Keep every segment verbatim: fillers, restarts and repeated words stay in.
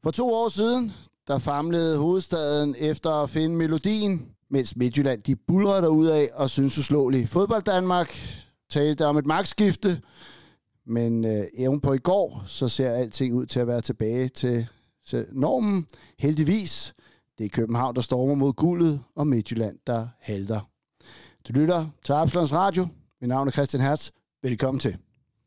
For to år siden, der famlede hovedstaden efter at finde melodien, mens Midtjylland de bulrede derudad og synes uslåeligt. Fodbold Danmark talte om et magtskifte, men øh, even på i går, så ser alting ud til at være tilbage til normen. Heldigvis, det er København, der stormer mod guldet, og Midtjylland, der halter. Du lytter til Absalons Radio. Mit navn er Christian Hertz. Velkommen til.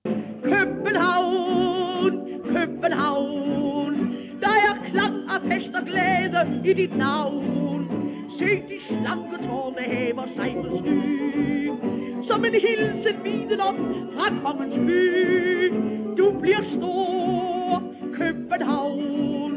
København, København, der er klang af fest og glæde i dit navn. Se de slanke tårne hæver sig på sky, som en hilsen viden om fra kongens by. Du bliver stor, København.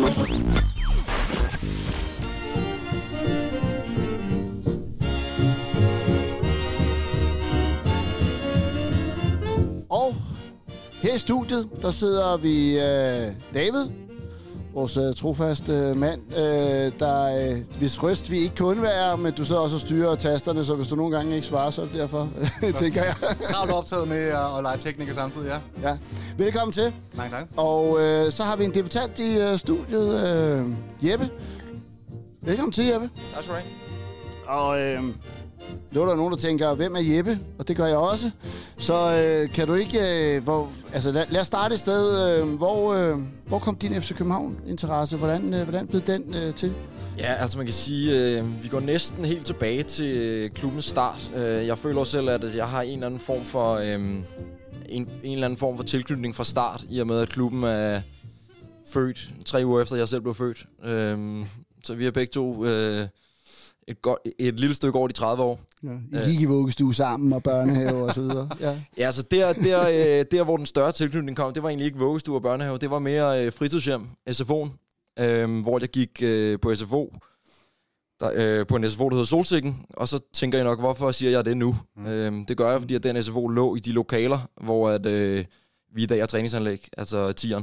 Og her i studiet, der sidder vi øh, David, vores øh, trofaste øh, mand, øh, der øh, hvis røst vi ikke kun være, men du sidder også og styrer tasterne, så hvis du nogle gange ikke svarer, så er det derfor, tænker jeg. Travlt optaget med at, at lege tekniker samtidig, ja. Ja. Velkommen til. Mange tak. Og øh, så har vi en debutant i øh, studiet, øh, Jeppe. Velkommen til, Jeppe. Tak skal du have. Og øh, nu er der nogen, der tænker, hvem er Jeppe? Og det gør jeg også. Så øh, kan du ikke... Øh, hvor, altså lad, lad os starte et sted. Øh, hvor, øh, hvor kom din F C København-interesse? Hvordan, øh, hvordan blev den øh, til? Ja, altså man kan sige, øh, vi går næsten helt tilbage til øh, klubbens start. Øh, jeg føler også selv, at jeg har en eller anden form for øh, en, en eller anden form for tilknytning fra start, i og med at klubben er født tre uger efter, jeg selv blev født. Øh, så vi har begge to øh, et, godt, et lille stykke over de tredive år. Ja, I gik i vuggestue sammen og børnehave og så videre. Ja, ja altså der, der, øh, der, hvor den større tilknytning kom, det var egentlig ikke vuggestue og børnehave. Det var mere øh, fritidshjem, S F O'en, øh, hvor jeg gik øh, på S F O. Der, øh, på en S F O, der hedder Solsikken. Og så tænker jeg nok, hvorfor siger jeg det nu? Mm. Øh, det gør jeg, fordi at den S F O lå i de lokaler, hvor at, øh, vi i dag er træningsanlæg, altså tieren.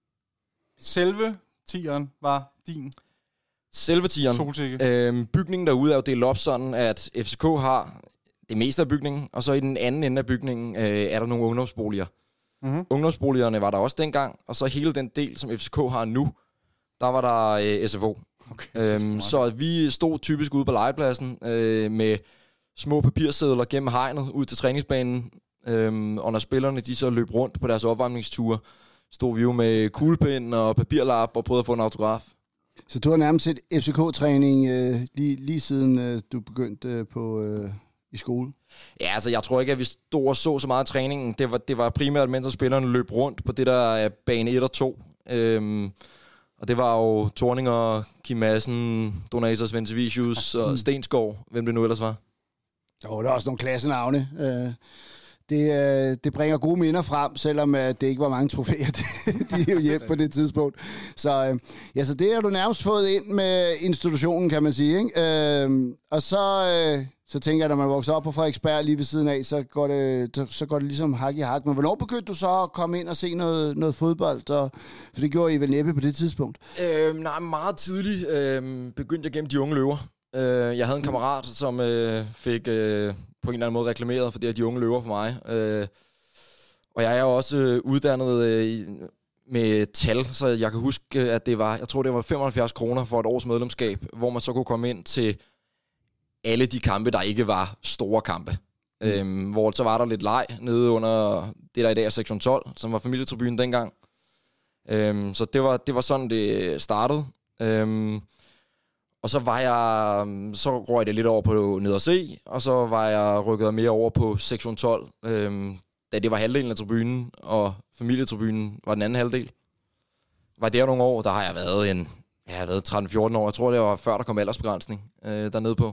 Selve tieren var din? Selve tieren. Øh, bygningen derude er jo delt op sådan, at F C K har det meste af bygningen, og så i den anden ende af bygningen øh, er der nogle ungdomsboliger. Mm-hmm. Ungdomsboligerne var der også dengang, og så hele den del, som F C K har nu, der var der øh, S F O. Okay, øhm, så vi stod typisk ude på legepladsen øh, med små papirsedler gennem hegnet ud til træningsbanen, øhm, og når spillerne de så løb rundt på deres opvarmningsture, stod vi jo med kuglepind og papirlap og prøvede at få en autograf. Så du har nærmest set F C K-træning øh, lige, lige siden øh, du begyndte øh, på, øh, i skole? Ja, altså jeg tror ikke, at vi stod og så så meget af træningen. Det var, det var primært, mens spillerne løb rundt på det der er bane et og to. Øhm, og det var jo Thorninger, Kim Madsen, Donatas, Ventevicius og Stenskov, hvem det nu ellers var. Jo, der er også nogle klassenavne. Øh, det, det bringer gode minder frem, selvom det ikke var mange trofæer, de er jo hjem på det tidspunkt. Så, ja, så det har du nærmest fået ind med institutionen, kan man sige. Ikke? Øh, og så, øh, så tænker jeg, at når man vokser op på Frederiksberg lige ved siden af, så går det, så går det ligesom hak i hak. Men hvornår begyndte du så at komme ind og se noget, noget fodbold? Og, for det gjorde I vel næppe på det tidspunkt? Øh, nej, meget tidligt øh, begyndte jeg gennem de unge løver. Øh, jeg havde en kammerat, som øh, fik øh, på en eller anden måde reklameret for det, at de unge løver for mig. Øh, og jeg er jo også øh, uddannet øh, med tal, så jeg kan huske, at det var, jeg tror det var femoghalvfjerds kroner for et års medlemskab, hvor man så kunne komme ind til alle de kampe, der ikke var store kampe. Mm. Øhm, hvor så var der lidt leg nede under det, der i dag er sektion tolv, som var familietribunen dengang. Øhm, så det var, det var sådan, det startede. Øhm, og så var jeg, så røg det lidt over på ned og se, og så var jeg rykket mere over på sektion tolv, øhm, da det var halvdelen af tribunen, og familietribunen var den anden halvdel. Var der nogle år, der har jeg været en, jeg har været tretten fjorten år, jeg tror det var før der kom aldersbegrænsning øh, dernede på.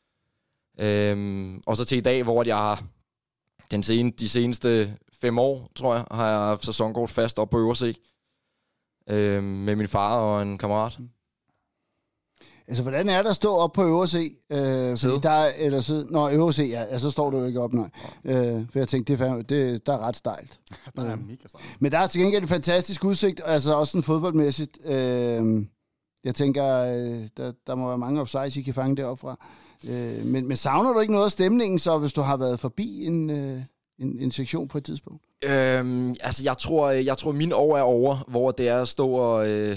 Øhm, og så til i dag, hvor jeg har den sene, de seneste fem år, tror jeg, har jeg haft sæsonkort fast op på Øverse øhm, med min far og en kammerat. Altså, hvordan er der at stå op på Øverse? Øh, fordi der er, eller sidde, når Øverse, ja, ja, så står du jo ikke op, nej. Øh, for jeg tænkte, det er, fandme, det, der er ret stejlt. Der er mega stejlt. Men der er til gengæld en fantastisk udsigt, altså også sådan fodboldmæssigt. Øh, jeg tænker, øh, der, der må være mange offsides, I kan fange deroppe fra. Øh, men, men savner du ikke noget af stemningen, så hvis du har været forbi en, øh, en, en sektion på et tidspunkt? Øhm, altså, jeg tror, jeg tror, min år er over, hvor det er at stå og... Øh,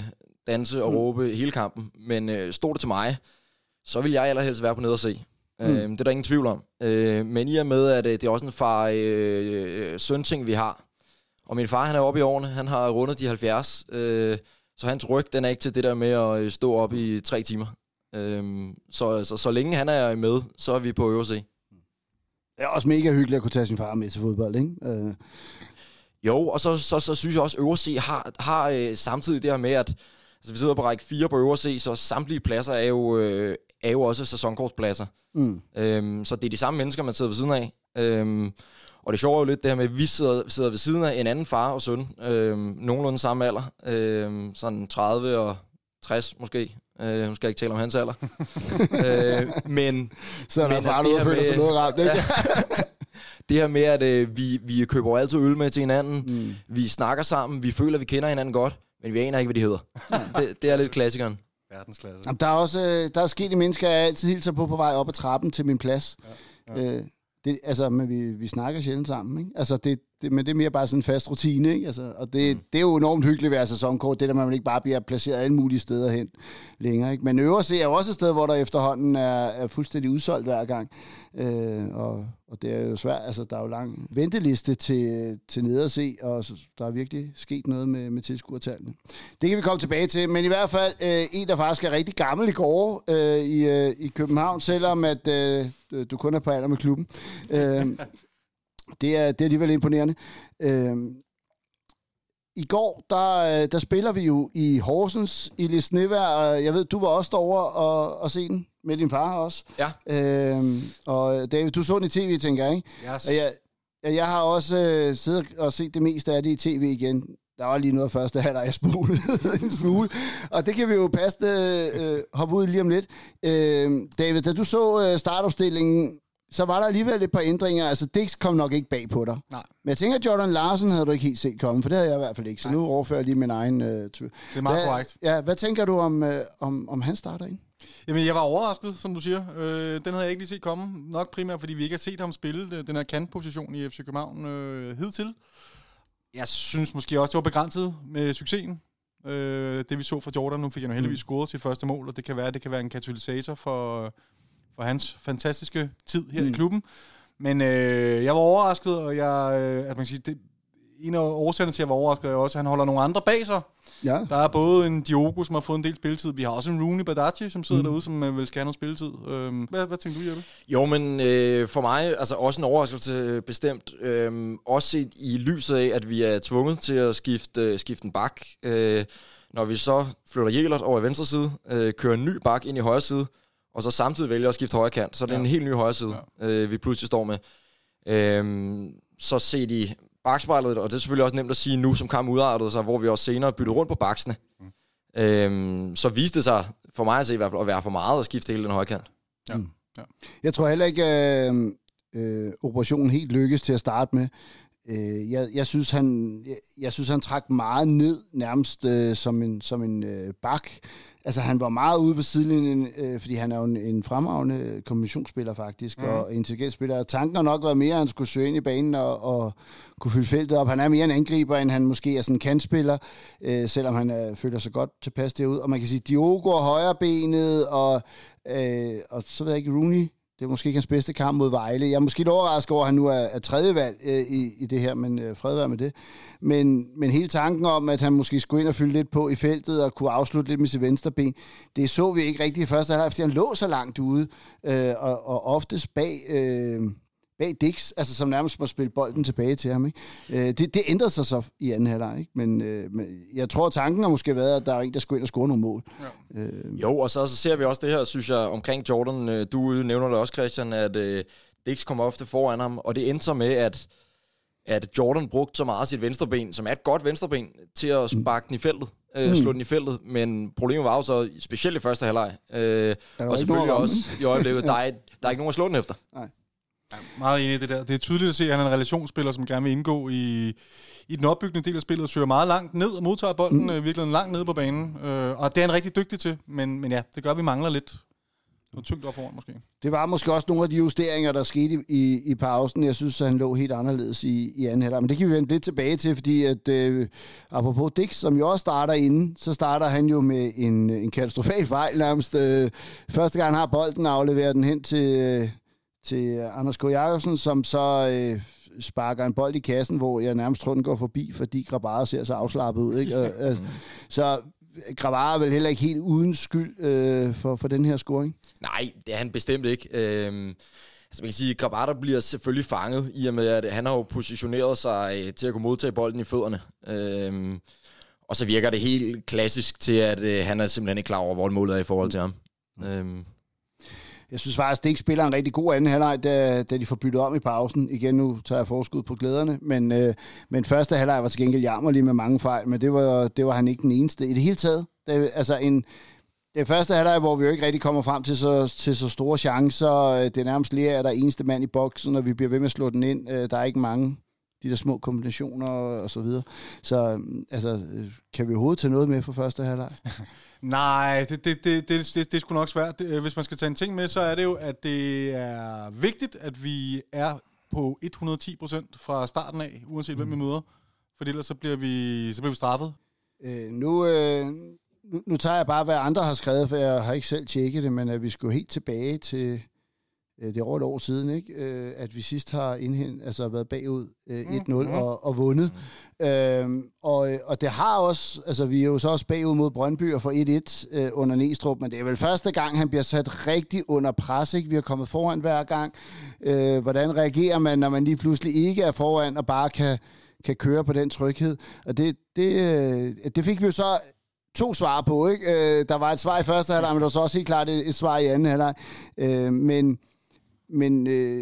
danse og råbe mm. hele kampen. Men øh, stod det til mig, så vil jeg allerhelst være på nede og se. Mm. Øh, det er der ingen tvivl om. Øh, men i og med, at øh, det er også en far-søn-ting, øh, vi har. Og min far, han er oppe i årene. Han har rundet de halvfjerds. Øh, så hans ryg, den er ikke til det der med at stå op i tre timer. Øh, så, så så længe han er med, så er vi på øvre se. Det er også mega hyggeligt at kunne tage sin far med til fodbold, ikke? Øh. Jo, og så, så, så synes jeg også, at øvre se har, har øh, samtidig det her med, at altså, vi sidder på række fire på øvre se, så samtlige pladser er jo, øh, er jo også sæsonkortspladser. Mm. Øhm, så det er de samme mennesker, man sidder ved siden af. Øhm, og det sjove er jo lidt det her med, at vi sidder, sidder ved siden af en anden far og søn. Øhm, nogenlunde samme alder. Øhm, sådan tredive og tres måske. Øh, nu skal jeg ikke tale om hans alder. øh, men... Så er der far, du føler sig noget ramt, ikke? Det her med, at øh, vi, vi køber altid øl med til hinanden. Mm. Vi snakker sammen. Vi føler, at vi kender hinanden godt. Men vi aner ikke, hvad de hedder. det, det er lidt klassikeren. Verdensklasse. Jamen, der er også der er sket i mennesker, jeg altid hilser på på vej op ad trappen til min plads. Ja, ja. Øh, det, altså, men vi, vi snakker sjældent sammen, ikke? Altså, det, det, men det er mere bare sådan en fast rutine, ikke? Altså, og det, mm. det er jo enormt hyggeligt ved sæsonkort, det der man ikke bare bliver placeret alle mulige steder hen længere, ikke? Men øverse er jo også et sted, hvor der efterhånden er, er fuldstændig udsolgt hver gang. Øh, og, og det er jo svært, altså der er jo lang venteliste til, til nederse, og så, der er virkelig sket noget med, med tilskuertallene. Det kan vi komme tilbage til, men i hvert fald øh, en, der faktisk er rigtig gammel i går øh, i, øh, i København, selvom at øh, du kun er på alder med klubben. Øh, det, er, det er alligevel imponerende. Øh, I går, der, der spiller vi jo i Horsens, i lidt snevejr, og jeg ved, du var også derovre og, og se den med din far også. Ja. Øhm, og David, du så den i tv, tænker jeg, ikke? Yes. Og jeg, jeg har også øh, siddet og set det meste af det i tv igen. Der var lige noget første halvleg, jeg spulede en smule. Og det kan vi jo passende øh, hoppe ud lige om lidt. Øh, David, da du så øh, startopstillingen, så var der alligevel et par ændringer. Altså, det kom nok ikke bag på dig. Nej. Men jeg tænker, at Jordan Larsen havde du ikke helt set komme, for det havde jeg i hvert fald ikke. Så nu overfører jeg lige min egen... Øh, det er meget hvad, korrekt. Ja, hvad tænker du om, øh, om, om han starter ind? Jamen, jeg var overrasket, som du siger. Øh, den havde jeg ikke lige set komme. Nok primært, fordi vi ikke har set ham spille den her kantposition i F C København øh, hidtil. Jeg synes måske også, det var begrænset med succesen. Øh, det vi så fra Jordan, nu fik han jo heldigvis scoret sit første mål, og det kan være, det kan være en katalysator for... for hans fantastiske tid her mm. i klubben. Men øh, jeg var overrasket, og jeg, øh, at man kan sige, det, en af årsagerne til, at jeg var overrasket, er også, at han holder nogle andre bag sig. Ja. Der er både en Diogo, som har fået en del spilletid. Vi har også en Rooney Badaci, som sidder mm. derude, som øh, vil skal have noget spilletid. Øh, hvad, hvad tænker du, Jeppe? Jo, men øh, for mig, altså også en overraskelse bestemt. Øh, også set i lyset af, at vi er tvunget til at skifte, skifte en bak. Øh, når vi så flytter Jelert over i venstre side, øh, kører en ny bak ind i højre side, og så samtidig vælger at skifte højre kant. Så det er ja. en helt ny højre side, ja. øh, vi pludselig står med. Øhm, så ser de bakspejlet, og det er selvfølgelig også nemt at sige nu, som kampen udartede sig, hvor vi også senere byttede rundt på baksene. Mm. Øhm, så viste det sig for mig at se i hvert fald at være for meget at skifte hele den højre kant. Ja. Mm. Ja. Jeg tror heller ikke, at øh, øh, operationen helt lykkes til at starte med. Øh, jeg, jeg, synes, han, jeg, jeg synes, han trak meget ned, nærmest øh, som en, som en øh, bak. Altså, han var meget ude på sidelinjen, øh, fordi han er jo en, en fremragende kombinationsspiller, faktisk, mm. og intelligent spiller. Tanken har nok været mere, at han skulle søge ind i banen og, og kunne fylde feltet op. Han er mere en angriber, end han måske er sådan en kantspiller, øh, selvom han øh, føler sig godt tilpas derude. Og man kan sige, Diogo er højrebenet, og, øh, og så ved jeg ikke, Rooney. Det er måske ikke hans bedste kamp mod Vejle. Jeg er måske lidt overrasket over, at han nu er, er tredje valg øh, i, i det her, men øh, fred være med det. Men, men hele tanken om, at han måske skulle ind og fylde lidt på i feltet og kunne afslutte lidt med sit venstre ben, det så vi ikke rigtigt i første halvleg, fordi han lå så langt ude, øh, og, og oftest bag... Øh, bag Dix, altså som nærmest må spille bolden tilbage til ham. Ikke? Øh, det, det ændrede sig så i anden halvleg, ikke? Men, øh, men jeg tror, tanken har måske været, at der er en, der skulle ind og score nogle mål. Ja. Øh. Jo, og så, så ser vi også det her, synes jeg, omkring Jordan. Du nævner det også, Christian, at øh, Dix kommer ofte foran ham, og det endte så med, at, at Jordan brugte så meget sit venstreben, som er et godt venstreben, til at sparke den i feltet. Øh, slå den i feltet, men problemet var jo så, specielt i første halvleg, øh, og selvfølgelig også i øjeblikket, der, er, der er ikke nogen at slå den efter. Nej. Ja, meget enig i det der. Det er tydeligt at se, at han er en relationsspiller, som gerne vil indgå i, i den opbyggende del af spillet, søger meget langt ned og modtager bolden, mm. øh, virkelig langt nede på banen. Øh, og det er han rigtig dygtig til, men, men ja, det gør, at vi mangler lidt. Noget tyngt op foran, måske. Det var måske også nogle af de justeringer, der skete i, i pausen. Jeg synes, at han lå helt anderledes i, i anden halvleg. Men det kan vi vende lidt tilbage til, fordi at, øh, apropos Dix, som jo også starter inden, så starter han jo med en, en katastrofal fejl nærmest. Øh, første gang han har bolden, afleverer den hen til, øh, til Anders K. Jacobsen, som så øh, sparker en bold i kassen, hvor jeg nærmest tror, den går forbi, fordi Grabara ser så afslappet ud. Ikke? Og, øh, så Grabara er vel heller ikke helt uden skyld øh, for, for den her scoring? Nej, det er han bestemt ikke. Øhm, altså man kan sige, at Grabara bliver selvfølgelig fanget, i og med, at han har jo positioneret sig til at kunne modtage bolden i fødderne. Øhm, og så virker det helt klassisk til, at øh, han er simpelthen ikke klar over, hvor målet er i forhold til ham. Øhm. Jeg synes faktisk, at det ikke spiller en rigtig god anden halvleg, da, da de får byttet om i pausen. Igen, nu tager jeg forskud på glæderne, men, øh, men første halvleg var til gengæld jammerlig med mange fejl, men det var, det var han ikke den eneste. I det hele taget, det, altså en, det første halvleg, hvor vi jo ikke rigtig kommer frem til så, til så store chancer. Det er nærmest lige, at der er eneste mand i boksen, og vi bliver ved med at slå den ind. Der er ikke mange de der små kombinationer og så videre. Så altså, kan vi overhovedet tage noget med for første halvleg? Nej, det, det, det, det, det, det er sgu nok svært. Det, hvis man skal tage en ting med, så er det jo, at det er vigtigt, at vi er på et hundrede og ti procent fra starten af, uanset mm. hvem vi møder. For ellers så bliver vi, så bliver vi straffet. Øh, nu, øh, nu, nu tager jeg bare, hvad andre har skrevet, for jeg har ikke selv tjekket det, men at vi skal helt tilbage til øh, det er over et år siden, ikke? Øh, at vi sidst har indhent, altså været bagud øh, et nul mm. og, og vundet. Mm. Øh, og, og det har også, altså vi er jo så også bagud mod Brøndby og for et et øh, under Næstrup, men det er vel første gang, han bliver sat rigtig under pres, ikke? Vi har kommet foran hver gang. Øh, hvordan reagerer man, når man lige pludselig ikke er foran og bare kan kan køre på den tryghed. Og det, det, det fik vi jo så to svar på, ikke? Der var et svar i første halvleg, men der var så også helt klart et, et svar i anden halvleg. Men, men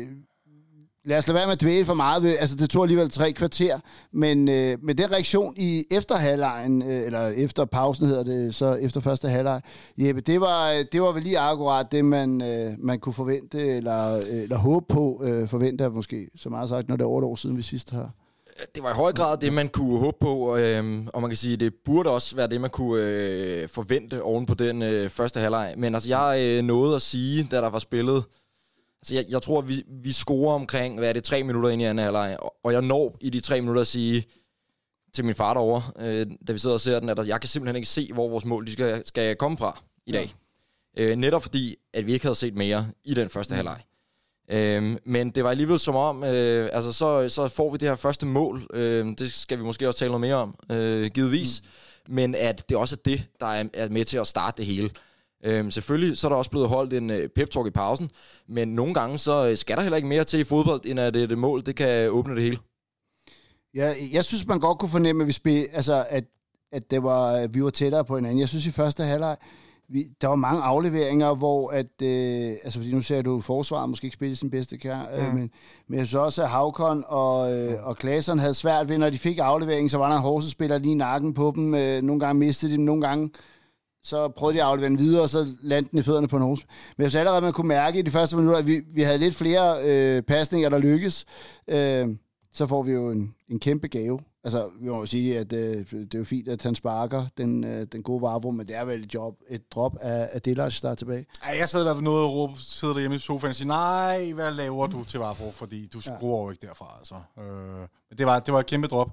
lad os lade være med at dvæle for meget ved, altså det tog alligevel tre kvarter, men med den reaktion i efterhalvlejen, eller efter pausen hedder det, så efter første halvleg, Jeppe, det var, det var vel lige akkurat det, man, man kunne forvente, eller, eller håbe på, forvente måske, så meget sagt, når det er over et år siden, vi sidst har. Det var i høj grad det, man kunne håbe på, øh, og man kan sige, det burde også være det, man kunne øh, forvente oven på den øh, første halvleg. Men altså, jeg øh, nåede at sige, da der var spillet, altså jeg, jeg tror, vi, vi scorer omkring, hvad er det, tre minutter ind i anden halvleg, og, og jeg når i de tre minutter at sige til min far derovre, øh, da vi sidder og ser den, at jeg kan simpelthen ikke se, hvor vores mål de skal, skal komme fra i dag. Ja. Øh, netop fordi, at vi ikke havde set mere i den første mm. halvleg. Øhm, men det var alligevel som om, øh, altså så, så får vi det her første mål, øh, det skal vi måske også tale noget mere om, øh, givetvis, mm. men at det også er det, der er, er med til at starte det hele. Øh, selvfølgelig så er der også blevet holdt en øh, pep-talk i pausen, men nogle gange så skal der heller ikke mere til i fodbold, end at et mål, det kan åbne det hele. Ja, jeg synes, man godt kunne fornemme, at vi, spil, altså, at, at det var, vi var tættere på hinanden. Jeg synes i første halvleg, Vi, der var mange afleveringer, hvor at, øh, altså fordi nu ser du forsvaret måske ikke spille sin bedste kær, øh, mm. men, men jeg synes også, at Havkon og, øh, og Claesson havde svært ved, når de fik afleveringen, så var der en Horsens-spiller lige i nakken på dem. Øh, nogle gange mistede de dem, nogle gange så prøvede de at aflevere den videre, og så landte den i fødderne på en Horsens. Men jeg synes allerede, man kunne mærke i de første minutter, at vi, vi havde lidt flere øh, pasninger, der lykkes. Øh, så får vi jo en, en kæmpe gave. Altså, vi må jo sige, at øh, det er jo fint, at han sparker den, øh, den gode Vavro, men det er vel et, job, et drop af, af Delic, der er tilbage. Ja, jeg sad i hvert fald noget og råbe, sidder derhjemme i sofaen og siger, nej, hvad laver du til Vavro, fordi du skruer jo ikke derfra. Altså. Øh, det, var, det var et kæmpe drop.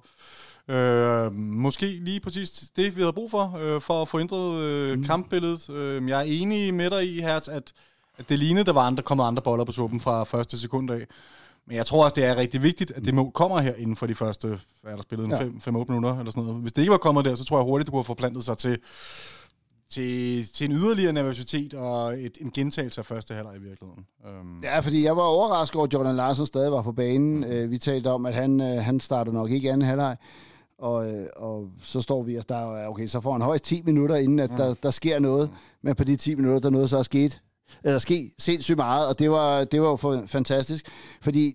Øh, måske lige præcis det, vi havde brug for, øh, for at få ændret øh, mm. kampbilledet. Øh, jeg er enig med dig i, Hertz, at, at det lignede, der var andre, kommet andre boller på suppen fra første sekund af. Men jeg tror også, det er rigtig vigtigt, at det mål kommer her inden for de første, hvad er der spillet, ja. fem otte minutter eller sådan noget. Hvis det ikke var kommet der, så tror jeg hurtigt, det kunne have forplantet sig til, til, til en yderligere nervøsitet og et, en gentagelse af første halvleg i virkeligheden. Um. Ja, fordi jeg var overrasket over, at Jordan Larsen stadig var på banen. Mm. Vi talte om, at han, han startede nok ikke anden halvleg. Og, og så står vi og der, okay, så får han højst ti minutter, inden at mm. der, der sker noget. Mm. Men på de ti minutter, der noget så er sket. Eller ske sindssygt meget, og det var, det var jo for, fantastisk. Fordi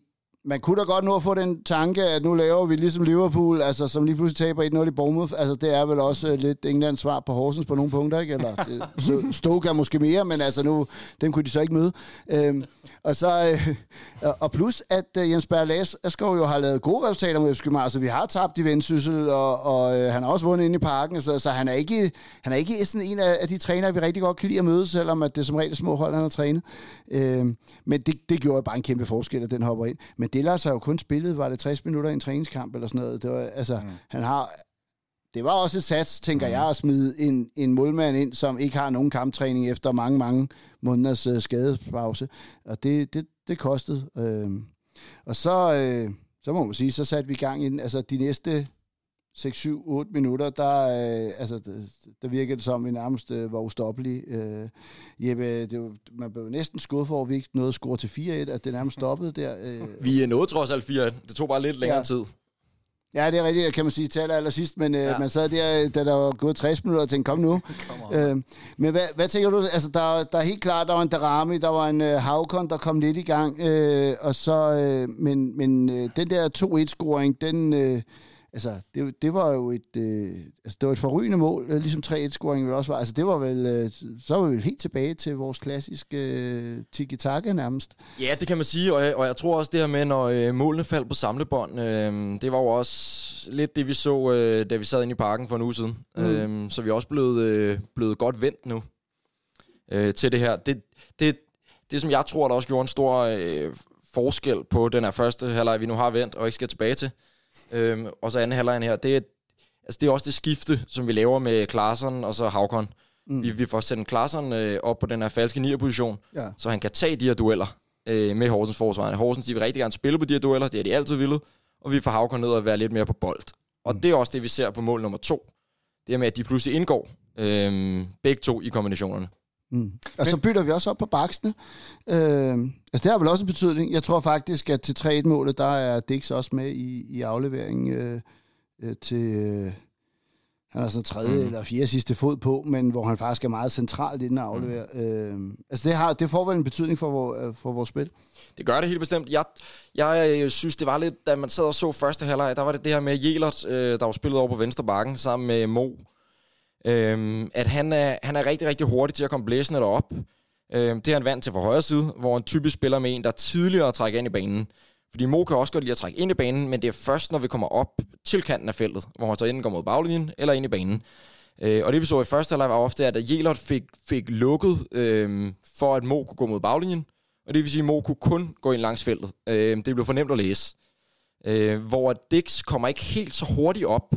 man kunne da godt nå at få den tanke, at nu laver vi ligesom Liverpool, altså som lige pludselig taber et nul i Bournemouth. Altså det er vel også uh, lidt Englands svar på Horsens på nogle punkter, ikke? Eller uh, Stoke er måske mere, men altså nu, dem kunne de så ikke møde. Um, og så uh, og plus, at uh, Jens Berg Laskov jo har lavet gode resultater med F C København. Altså vi har tabt i Vendsyssel, og, og uh, han har også vundet inde i parken, så, så han er ikke, han er ikke sådan en af, af de trænere, vi rigtig godt kan lide at møde, selvom at det som regel er små hold, han har trænet. Um, men det, det gjorde bare en kæmpe forskel, at den hopper ind. Men det lader sig jo kun spillet, var det tres minutter i en træningskamp eller sådan noget. Det var, altså, mm. han har, det var også et sats, tænker mm. jeg, at smide en, en målmand ind, som ikke har nogen kamptræning efter mange, mange måneders uh, skadespause. Og det, det, det kostede. Øh. Og så, øh, så må man sige, så satte vi i gang i den, altså de næste seks, syv, otte minutter, der, øh, altså, der virkede det som, vi nærmest øh, var ustoppelige. Øh, Jeppe, det var, man blev næsten skudt for, at vi ikke nåede at score til fire et, at det nærmest stoppede der. Øh. Vi nåede trods alt fire et. Det tog bare lidt længere ja. tid. Ja, det er rigtigt, kan man sige, til aller, aller sidst, men øh, ja. man sad der, da der var gået tres minutter, og tænkte, kom nu. øh, men hvad, hvad tænker du? Altså, der, der er helt klart, der var en Darami, der var en øh, Havkon, der kom lidt i gang, øh, og så, øh, men, men øh, den der to et-scoring, den... Øh, Altså, det, det var jo et, øh, altså, det var et forrygende mål, øh, ligesom tre et-scoringen også var. Altså, det var vel, øh, så var vi vel helt tilbage til vores klassiske øh, tiki-taka nærmest. Ja, det kan man sige, og jeg, og jeg tror også det her med, når øh, målene faldt på samlebånd, øh, det var jo også lidt det, vi så, øh, da vi sad inde i parken for en uge siden. Mm. Øh, så vi er også blevet, øh, blevet godt vendt nu øh, til det her. Det, det, det, som jeg tror, der også gjorde en stor øh, forskel på den her første halvleg, vi nu har vendt og ikke skal tilbage til, Øhm, og så anden halvlejen her, det er, altså det er også det skifte, som vi laver med Klaasen og så Havkon. Mm. Vi, vi får sendt Klaasen øh, op på den her falske nier-position, ja. Så han kan tage de her dueller øh, med Horsens forsvar. Horsens, de vil rigtig gerne spille på de her dueller, det har de altid ville, og vi får Havkon ned og være lidt mere på bold. Og mm. det er også det, vi ser på mål nummer to. Det er med, at de pludselig indgår øh, begge to i kombinationerne. Mm. Og så bytter vi også op på baksene. Øh, altså det har vel også en betydning. Jeg tror faktisk, at til tre et-målet, der er Dix også med i, i afleveringen øh, øh, til... Øh, han har sådan tredje mm. eller fjerde sidste fod på, men hvor han faktisk er meget centralt i den afleverer. Mm. Øh, altså det, har, det får vel en betydning for, vor, for vores spil? Det gør det helt bestemt. Jeg, jeg synes, det var lidt, da man sad og så første halvleg, der var det det her med Jelert, øh, der var spillet over på venstre bakken sammen med Mo. Øhm, at han er, han er rigtig, rigtig hurtig til at komme blæsende derop. Øhm, det er han vant til fra højre side, hvor han typisk spiller med en, der tidligere trækker ind i banen. Fordi Mo kan også godt lide at trække ind i banen, men det er først, når vi kommer op til kanten af feltet, hvor han så enten går mod baglinjen eller ind i banen. Øh, og det vi så i første halvleg var ofte, at Jelert fik, fik lukket øh, for, at Mo kunne gå mod baglinjen. Og det vil sige, at Mo kunne kun gå ind langs feltet. Øh, det blev for nemt at læse. Øh, hvor Dix kommer ikke helt så hurtigt op,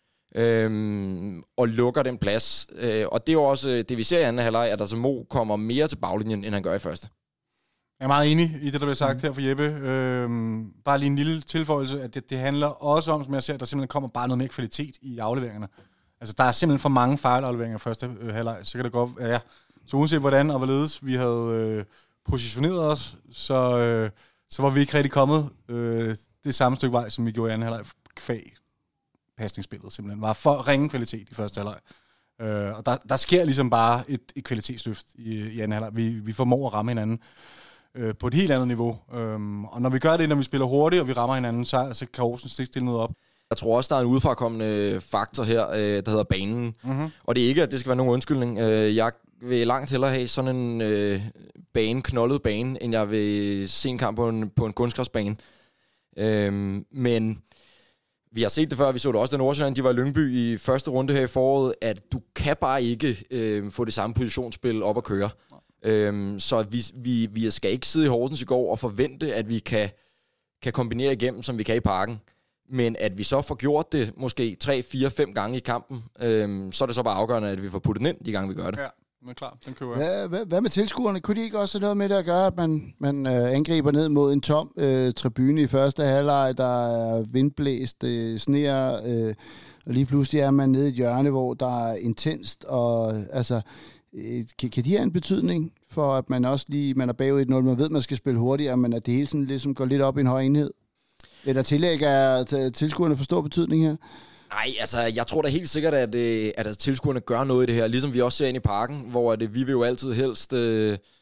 Øhm, og lukker den plads. Øh, og det er jo også det, vi ser i anden halvleg, at altså Mo kommer mere til baglinjen, end han gør i første. Jeg er meget enig i det, der bliver sagt mm. her for Jeppe. Øhm, bare lige en lille tilføjelse, at det, det handler også om, som jeg ser, at der simpelthen kommer bare noget mere kvalitet i afleveringerne. Altså, der er simpelthen for mange fejlafleveringer i første øh, halvleg. Så kan det godt ja, ja. Så uanset hvordan og hvorledes vi havde øh, positioneret os, så, øh, så var vi ikke rigtig kommet øh, det samme stykke vej, som vi gjorde i anden halvleg kvæg. Pasningsspillet simpelthen var for ringe kvalitet i første halvleg. Øh, og der, der sker ligesom bare et, et kvalitetsløft i, i anden halvleg. Vi, vi formår at ramme hinanden øh, på et helt andet niveau. Øh, og når vi gør det, når vi spiller hurtigt, og vi rammer hinanden, så, så kan Horsens ikke stille noget op. Jeg tror også, der er en udefrakommende faktor her, øh, der hedder banen. Mm-hmm. Og det er ikke, at det skal være nogen undskyldning. Øh, jeg vil langt hellere have sådan en øh, bane, knoldet bane, end jeg vil se en kamp på en, på en kunstgræsbane. Øh, men vi har set det før, vi så det også, da Nordsjælland, de var i Lyngby i første runde her i foråret, at du kan bare ikke øh, få det samme positionsspil op at køre. Øhm, så vi, vi, vi skal ikke sidde i Horsens i går og forvente, at vi kan, kan kombinere igennem, som vi kan i parken. Men at vi så får gjort det måske tre, fire, fem gange i kampen, øhm, så er det så bare afgørende, at vi får puttet den ind, de gange vi gør det. Ja, men klar, den køber jeg. Hvad, hvad, hvad med tilskuerne? Kunne de ikke også have noget med det at gøre, at man, man øh, angriber ned mod en tom øh, tribune i første halvleg, der er vindblæst, øh, sneer, øh, og lige pludselig er man nede i et hjørne, hvor der er intenst, og altså, øh, kan, kan de have en betydning for, at man også lige, man er bagud et nul, man ved, man skal spille hurtigere, men at det hele sådan ligesom går lidt op i en høj enhed? Eller tillægger tilskuerne for stor betydning her? Nej, altså, jeg tror da helt sikkert, at, at, at tilskuerne gør noget i det her. Ligesom vi også ser ind i parken, hvor at, vi vil jo altid helst, øh,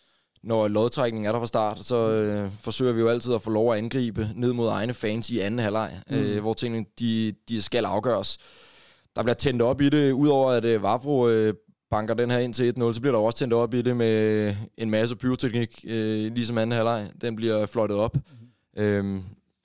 når lodtrækningen er der fra start, så øh, forsøger vi jo altid at få lov at angribe ned mod egne fans i anden halvleg, mm. øh, hvor tingene de, de skal afgøres. Der bliver tændt op i det, udover at øh, Vavro øh, banker den her ind til et nul, så bliver der også tændt op i det med en masse pyroteknik, øh, ligesom anden halvleg. Den bliver flottet op. Mm. Øhm,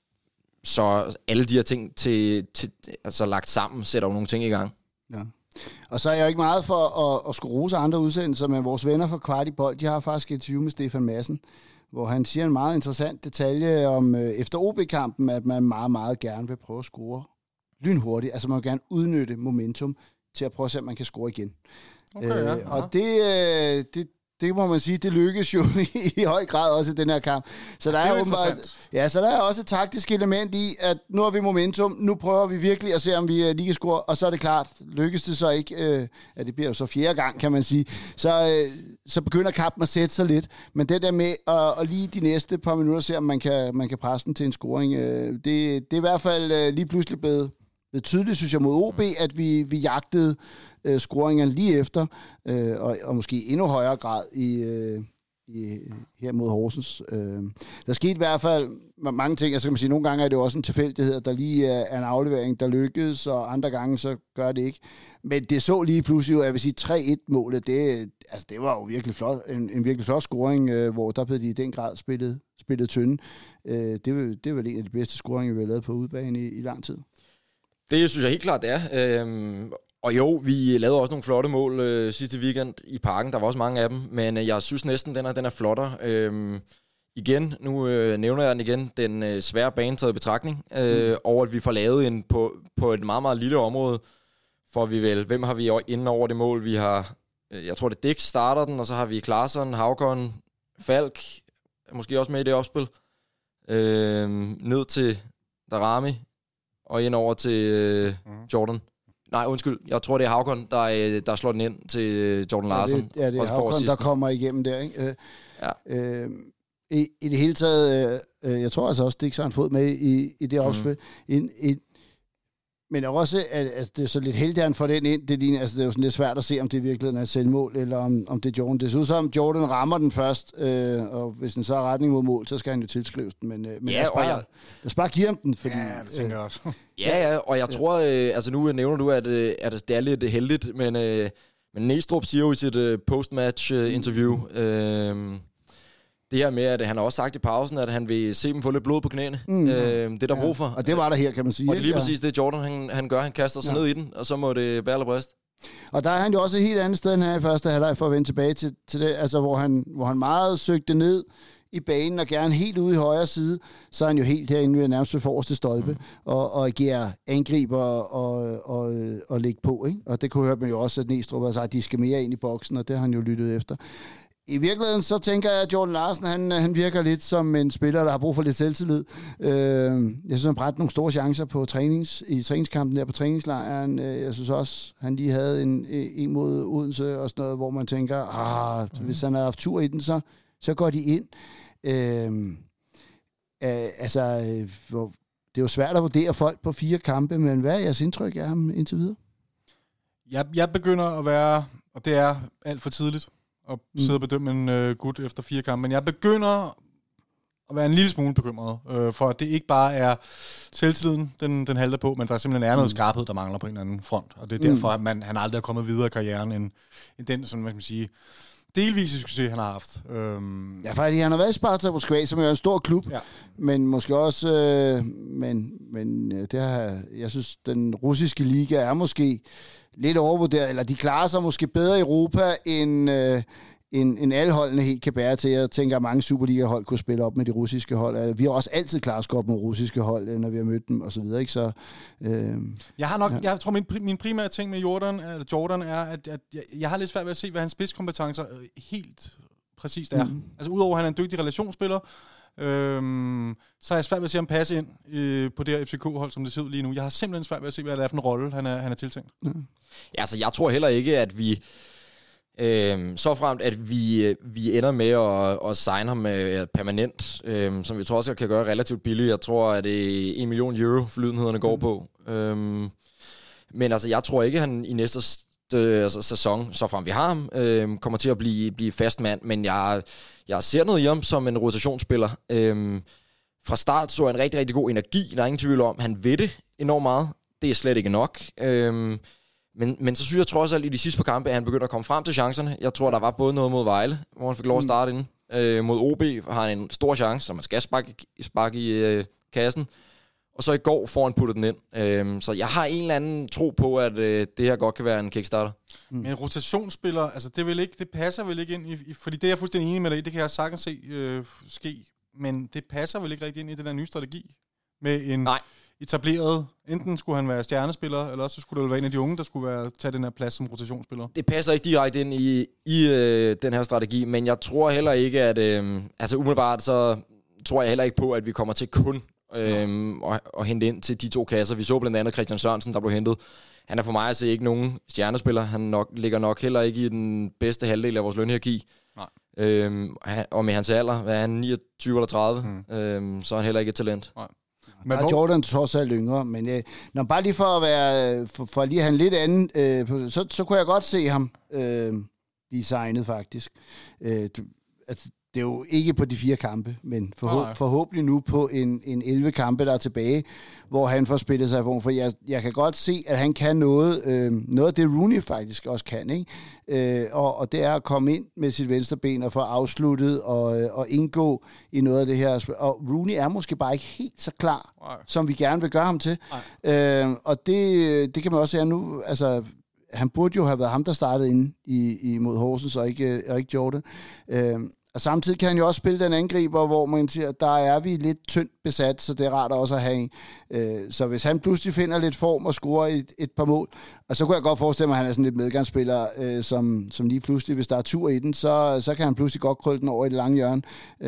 så alle de her ting til, til, altså lagt sammen, sætter jo nogle ting i gang. Ja. Og så er jeg jo ikke meget for at, at skulle rose andre udsendelser, men vores venner fra Kvartibold, de har faktisk et interview med Stefan Madsen, hvor han siger en meget interessant detalje om øh, efter O B-kampen, at man meget, meget gerne vil prøve at score lynhurtigt. Altså man vil gerne udnytte momentum til at prøve at se, om man kan score igen. Okay, ja. øh, og det, øh, det, det må man sige, det lykkes jo i, i høj grad også i den her kamp. Så der det er, er åbenbart, ja, så der er også et taktisk element i, at nu har vi momentum, nu prøver vi virkelig at se, om vi lige kan score, og så er det klart, lykkes det så ikke, øh, ja, det bliver jo så fjerde gang, kan man sige, så, øh, så begynder kampen at sætte sig lidt. Men det der med at, at lige de næste par minutter se, om man kan, man kan presse den til en scoring, øh, det, det er i hvert fald øh, lige pludselig blevet Det er tydeligt, synes jeg, mod O B, at vi, vi jagtede øh, scoringerne lige efter, øh, og, og måske i endnu højere grad i, øh, i, her mod Horsens. Øh. Der skete i hvert fald mange ting, altså kan man sige, nogle gange er det jo også en tilfældighed, at der lige er en aflevering, der lykkedes, og andre gange så gør det ikke. Men det så lige pludselig jo, jeg vil sige, tre et-målet, det, altså, det var jo virkelig flot, en, en virkelig flot scoring, øh, hvor der blev de i den grad spillet, spillet tynde. Øh, det, det var en af de bedste scoringer, vi har lavet på udebane i, i lang tid. Det synes jeg helt klart, det er. Øhm, og jo, vi lavede også nogle flotte mål øh, sidste weekend i Parken. Der var også mange af dem, men øh, jeg synes næsten, den er, den er flottere. Øhm, igen, nu øh, nævner jeg den igen, den øh, svære bane taget i betragtning, øh, mm. over at vi får lavet en på, på et meget, meget lille område, for vi vel, hvem har vi inden over det mål? Vi har, øh, jeg tror det Dix starter den, og så har vi Klaarsson, Havkon, Falk, måske også med i det opspil, øh, ned til Darami, og ind over til øh, Jordan. Nej, undskyld. Jeg tror, det er Havkon, der, der slår den ind til Jordan Larsen. Ja, det, ja, det er Havkon, der kommer igennem der. Ikke? Øh, ja. øh, i, I det hele taget, øh, jeg tror altså også, Dix har en fod med i, i det opspil. Mm. En, en, men også, at, at det er så lidt heldigt, at han får den ind. Det, ligner, altså, det er jo sådan lidt svært at se, om det i virkeligheden er et selvmål, eller om, om det er Jordan. Det ser ud som, om Jordan rammer den først, øh, og hvis den så er retning mod mål, så skal han jo tilskrives den. Men, øh, men ja, der sparer, jeg... der sparer giver den, fordi... Ja, det tænker jeg også. ja, ja, og jeg tror, øh, altså nu nævner du, at, at det er lidt heldigt, men, øh, men Næstrup siger jo i sit øh, post-match-interview, øh, det her med, at han har også sagt i pausen, at han vil se dem få lidt blod på knæene. Mm. Øh, det er der ja. brug for. Og det var der her, kan man sige. Og det er lige præcis det, Jordan han, han gør. Han kaster sig ja. ned i den, og så må det bære eller brist. Og der er han jo også et helt andet sted end her i første halvleg for at vende tilbage til, til det, altså hvor han, hvor han meget søgte ned i banen og gerne helt ude i højre side, så er han jo helt herinde ved nærmest ved forreste stolpe mm. og, og agerer angriber og, og, og lægge på. Ikke? Og det kunne høre man jo også, at Næstrup har sagt, at de skal mere ind i boksen, og det har han jo lyttet efter. I virkeligheden, så tænker jeg, at Jordan Larsen, han, han virker lidt som en spiller, der har brug for lidt selvtillid. Øh, jeg synes, han brændte nogle store chancer på trænings, i træningskampen der på træningslejren. Jeg synes også, han lige havde en, en mod Odense og sådan noget, hvor man tænker, ah, hvis han har haft tur i den, så, så går de ind. Øh, øh, altså, øh, det er jo svært at vurdere folk på fire kampe, men hvad er jeres indtryk af ham indtil videre? Jeg, jeg begynder at være, og det er alt for tidligt, og sidde og bedømme en øh, gut efter fire kampe. Men jeg begynder at være en lille smule bekymret, øh, for at det ikke bare er selvtiden, den, den halter på, men der simpelthen er noget skarphed, der mangler på en eller anden front. Og det er derfor, at man, han aldrig er kommet videre i karrieren end, end den, sådan, hvad skal man sige, delvise succes, han har haft. Øhm. Ja, fordi han har været i Sparta Moskva, som er en stor klub, ja. men måske også, øh, men, men det har, jeg synes, den russiske liga er måske lidt overvurderet, eller de klarer sig måske bedre i Europa, end, øh, end, end alle holdene helt kan bære til. Jeg tænker, at mange Superliga-hold kunne spille op med de russiske hold. Vi har også altid klaret os godt med russiske hold, når vi har mødt dem, og så videre. Ikke? Så, øh, jeg har nok, ja. jeg tror, min, min primære ting med Jordan, eller Jordan er, at, at jeg, jeg har lidt svært ved at se, hvad hans spidskompetencer helt præcist er. Mm. Altså, udover at han er en dygtig relationsspiller, Øhm, så er jeg svært ved at se ham passe ind øh, på det her F C K-hold, som det ser ud lige nu. Jeg har simpelthen svært ved at se, hvad det er for en rolle, han er, han er tiltænkt. Mm. Ja, altså, jeg tror heller ikke, at vi øh, så fremt, at vi, vi ender med at, at signe ham øh, permanent, øh, som vi tror også kan gøre relativt billigt. Jeg tror, at det er en million euro, forlydenhederne går mm. på. Øh, men altså, jeg tror ikke, at han i næste øh, altså, sæson, så frem vi har ham, øh, kommer til at blive, blive fast mand, men jeg, jeg ser noget i ham som en rotationsspiller. Øh, fra start så en rigtig, rigtig god energi, der er ingen tvivl om, han ved det enormt meget. Det er slet ikke nok. Øh, men, men så synes jeg trods alt i de sidste par kampe, at han begynder at komme frem til chancerne. Jeg tror, der var både noget mod Vejle, hvor han fik lov at starte inden. Øh, mod O B har han en stor chance, så man skal sparke, sparke i øh, kassen. Og så i går får han puttet den ind. Øhm, så jeg har en eller anden tro på, at øh, det her godt kan være en kickstarter. Mm. Men rotationsspiller, altså det, vil ikke, det passer vel ikke ind i, i... Fordi det er jeg fuldstændig enig med dig i, det kan jeg sagtens se øh, ske. Men det passer vel ikke rigtig ind i den der nye strategi? Med en Nej. etableret... Enten skulle han være stjernespiller, eller også skulle det være en af de unge, der skulle være, tage den her plads som rotationsspiller. Det passer ikke direkte ind i, i øh, den her strategi, men jeg tror heller ikke, at... Øh, altså umiddelbart, så tror jeg heller ikke på, at vi kommer til kun... Øhm, og, og hente ind til de to kasser. Vi så blandt andet Christian Sørensen, der blev hentet. Han er for mig at se ikke nogen stjernespiller. Han nok, ligger nok heller ikke i den bedste halvdel af vores lønhierarki. Nej. Øhm, og med hans alder, hvad er han, niogtyve eller tredive, mm. øhm, så er han heller ikke et talent. Nej. Men der er Jordan trods alt yngre, men øh, når bare lige for at være, for, for lige at have en lidt anden, øh, så, så kunne jeg godt se ham øh, blive signet faktisk. Øh, altså, det er jo ikke på de fire kampe, men forhå- oh, forhåbentlig nu på en, en elleve kampe, der er tilbage, hvor han får spillet sig i form. For jeg, jeg kan godt se, at han kan noget, øh, noget af det Rooney faktisk også kan, ikke? Øh, og, og det er at komme ind med sit venstre ben og få afsluttet og, og indgå i noget af det her. Og Rooney er måske bare ikke helt så klar, oh. som vi gerne vil gøre ham til. Oh. Øh, og det, det kan man også se nu, altså... Han burde jo have været ham, der startede inde i, i mod Horsens, og ikke, og ikke Jordan. Øh, Og samtidig kan han jo også spille den angriber, hvor man siger, der er vi lidt tyndt besat, så det er rart også at have en. Så hvis han pludselig finder lidt form og scorer et, et par mål, og så kunne jeg godt forestille mig, at han er sådan lidt medgangsspiller, som, som lige pludselig, hvis der er tur i den, så, så kan han pludselig godt krølle den over i det lange hjørne.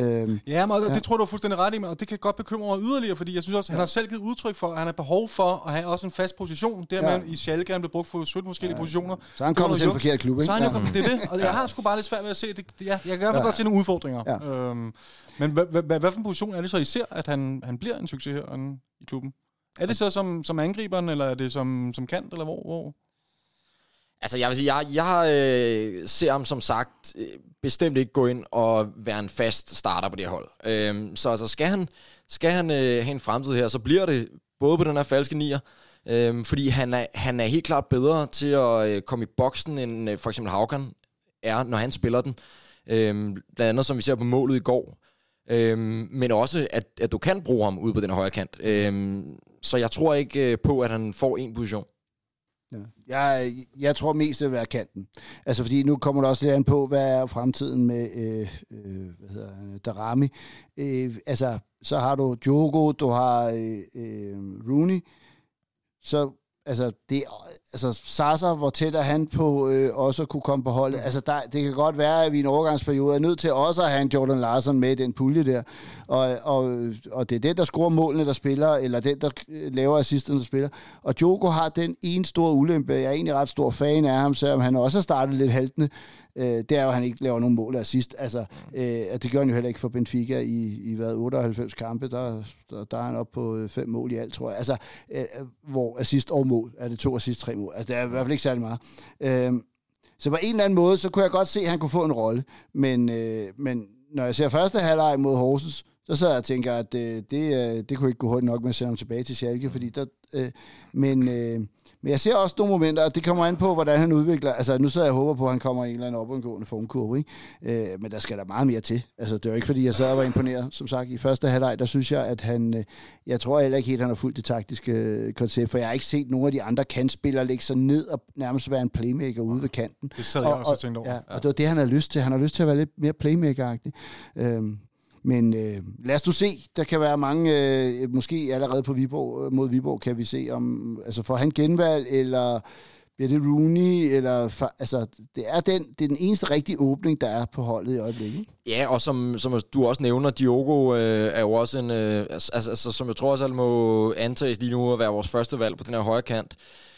Ja, men ja. Det tror du er fuldstændig ret i, og det kan godt bekymre mig yderligere, fordi jeg synes også, at han har selv givet udtryk for, at han har behov for at have også en fast position. Der ja. Man i Schalke, han blev brugt for sytten forskellige ja. positioner. Så han kommer til en forkert klub, ikke? Så han ja. jo kommet, det er det, og jeg har sgu bare lidt svært ved at se det. Jeg, jeg kan i hvert fald ja. godt se nogle udfordringer. Ja. Øhm, men hvad for en position er det så, I ser, at han, han bliver en succes her i klubben? Er det så som, som angriberen, eller er det som, som kant, eller hvor? hvor? Altså, jeg vil sige, jeg, jeg øh, ser ham som sagt øh, bestemt ikke gå ind og være en fast starter på det hold. Øh, så altså, skal han, skal han øh, have en fremtid her, så bliver det både på den her falske nier, øh, fordi han er, han er helt klart bedre til at øh, komme i boksen, end øh, for eksempel Haukan er, når han spiller den. Øh, blandt andet, som vi ser på målet i går. Øh, men også, at, at du kan bruge ham ude på den højre kant. Øh, så jeg tror ikke øh, på, at han får en position. Ja. Jeg, jeg tror mest, det vil være kanten. Altså, fordi nu kommer der også lidt an på, hvad er fremtiden med øh, øh, hvad hedder han, Darami. Øh, altså, så har du Diogo, du har øh, øh, Rooney. Så, altså, det altså Sasa, hvor tæt er han på øh, også at kunne komme på holdet. Altså, der, det kan godt være, at vi i en overgangsperiode er nødt til også at have en Jordan Larsen med i den pulje der. Og, og, og det er den, der scorer målene, der spiller, eller den, der laver assisterne, der spiller. Og Diogo har den ene store ulempe. Jeg er egentlig ret stor fan af ham, selvom han også har startet lidt haltende. Øh, det er jo, at han ikke laver nogen mål af assist. Altså, øh, det gør han jo heller ikke for Benfica i, i hvad, otteoghalvfems kampe. Der, der, der er han oppe på fem mål i alt, tror jeg. Altså, øh, hvor assist og mål. Er det to assist, tre mål? Altså, det er i hvert fald ikke særlig meget. Øh, så på en eller anden måde, så kunne jeg godt se, at han kunne få en rolle. Men, øh, men når jeg ser første halvleg mod Horsens, så sidder jeg og tænker, at øh, det, øh, det kunne ikke gå hurtigt nok med at sende ham tilbage til Schalke, fordi der... Øh, men... Øh, Men jeg ser også nogle momenter, og det kommer an på, hvordan han udvikler. Altså, nu sidder jeg og håber på, at han kommer i en eller anden opadgående formkurve, ikke? Øh, men der skal der meget mere til. Altså, det er jo ikke, fordi jeg sad og var imponeret. Som sagt, i første halvleg, der synes jeg, at han... Øh, jeg tror heller ikke helt, at han har fulgt det taktiske øh, koncept, for jeg har ikke set nogen af de andre kantspillere lægge sig ned og nærmest være en playmaker ude ved kanten. Det sad jeg og, også og tænkte over. Ja, ja. Og det var det, han har lyst til. Han har lyst til at være lidt mere playmaker-agtig. Øh, Men øh, lad os nu se. Der kan være mange, øh, måske allerede på Viborg, mod Viborg, kan vi se, om altså får han genvalg, eller bliver det Rooney, eller for, altså, det er, den, det er den eneste rigtige åbning, der er på holdet i øjeblikket. Ja, og som, som du også nævner, Diogo øh, er jo også en, øh, altså, altså, som jeg tror også må antages lige nu at være vores første valg på den her højre kant.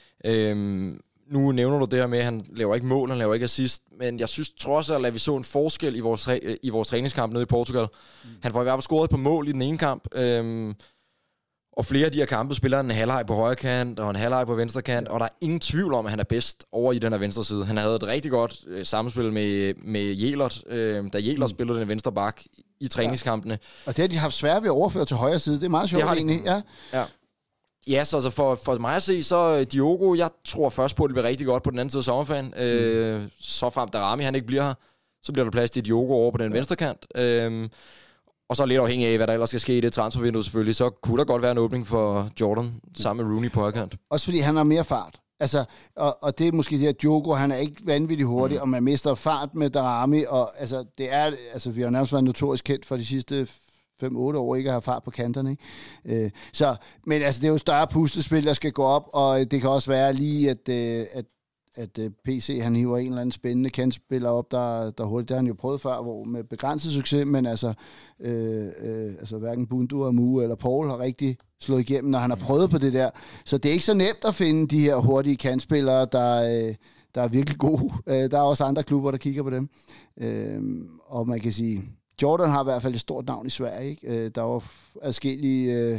Øhm, Nu nævner du det her med, at han laver ikke mål, han laver ikke assist, men jeg synes trods alt, at vi så en forskel i vores, i vores træningskamp nede i Portugal. Mm. Han får i hvert fald scoret på mål i den ene kamp, øhm, Og flere af de her kampe spiller en halvleg på højre kant og en halvleg på venstre kant, ja. Og der er ingen tvivl om, at han er bedst over i den her venstre side. Han havde et rigtig godt øh, samspil med, med Jelert, øh, da Jelert mm. spillede den venstre bak i træningskampene. Ja. Og det har de haft svært ved at overføre til højre side. Det er meget sjovt egentlig. Ja. Ja. Ja, så altså for, for mig at se, så Diogo, jeg tror først på, at det bliver rigtig godt på den anden side af sommerferien. Mm. Øh, så frem Darami, han ikke bliver her, så bliver der plads til Diogo over på den ja. venstre kant. Øh, Og så lidt afhængig af, hvad der ellers skal ske i det transfervindue selvfølgelig, så kunne der godt være en åbning for Jordan sammen med Rooney på højkant. Også fordi han har mere fart. Altså, og, og det er måske det her Diogo, han er ikke vanvittigt hurtig, mm. og man mister fart med Darami, og altså, det er, altså, vi har nærmest været notorisk kendt for de sidste fem otte år ikke at have fart på kanterne, ikke? Øh, så, men altså, det er jo større puslespil, der skal gå op, og det kan også være lige, at, at at uh, P C, han hiver en eller anden spændende kantspiller op, der, der hurtigt, det har han jo prøvet før, hvor med begrænset succes, men altså, øh, øh, altså hverken Bundu og Mu eller Paul har rigtig slået igennem, når han har prøvet på det der. Så det er ikke så nemt at finde de her hurtige kantspillere, der, øh, der er virkelig gode. Øh, der er også andre klubber, der kigger på dem. Øh, og man kan sige, Jordan har i hvert fald et stort navn i Sverige, ikke? Øh, der var adskillige øh,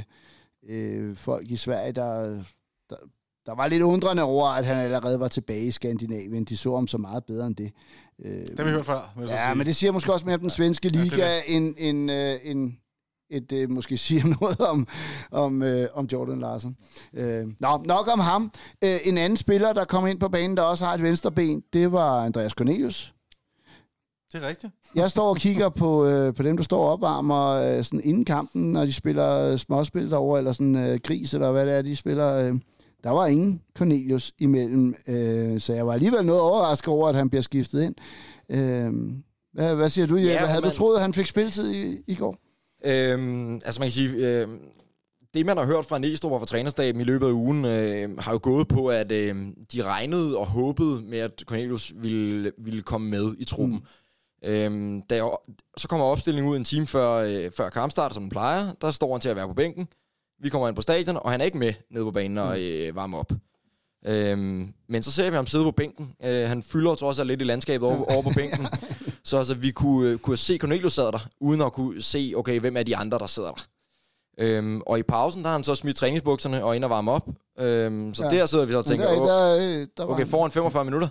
øh, folk i Sverige, der... der Der var lidt undrende over, at han allerede var tilbage i Skandinavien. De så ham så meget bedre end det. Det har vi hørt før. Ja, men det siger måske også mere om den svenske liga, ja, end, end, uh, end et, uh, måske siger noget om, om, uh, om Jordan Larsen. Uh, nå, nok om ham. Uh, en anden spiller, der kom ind på banen, der også har et venstre ben, det var Andreas Cornelius. Det er rigtigt. Jeg står og kigger på, øh, på dem, der står og opvarmer øh, sådan inden kampen, når de spiller småspil derovre, eller sådan øh, gris, eller hvad det er, de spiller... Øh, Der var ingen Cornelius imellem, øh, så jeg var alligevel noget overrasket over, at han bliver skiftet ind. Øh, hvad, hvad siger du, Jeppe? Ja, Havde man... du troet, at han fik spilletid i, i går? Øhm, altså man kan sige, øh, det man har hørt fra Næstrup og fra trænerstaben i løbet af ugen, øh, har jo gået på, at øh, de regnede og håbede med, at Cornelius ville, ville komme med i truppen. Mm. Øhm, da jeg, så kommer opstillingen ud en time før, øh, før kampstart, som den plejer. Der står han til at være på bænken. Vi kommer ind på stadion, og han er ikke med nede på banen og øh, varmer op. Øhm, men så ser vi ham sidde på bænken. Øh, han fylder trods alt lidt i landskabet over, over på bænken. Så altså, vi kunne, kunne se Cornelius sad der, uden at kunne se, okay, hvem er de andre, der sidder der. Øhm, og i pausen, der har han så smidt træningsbukserne og ind og varme op. Øhm, så ja. Der sidder vi så og tænker, der, der, der okay, foran femogfyrre minutter.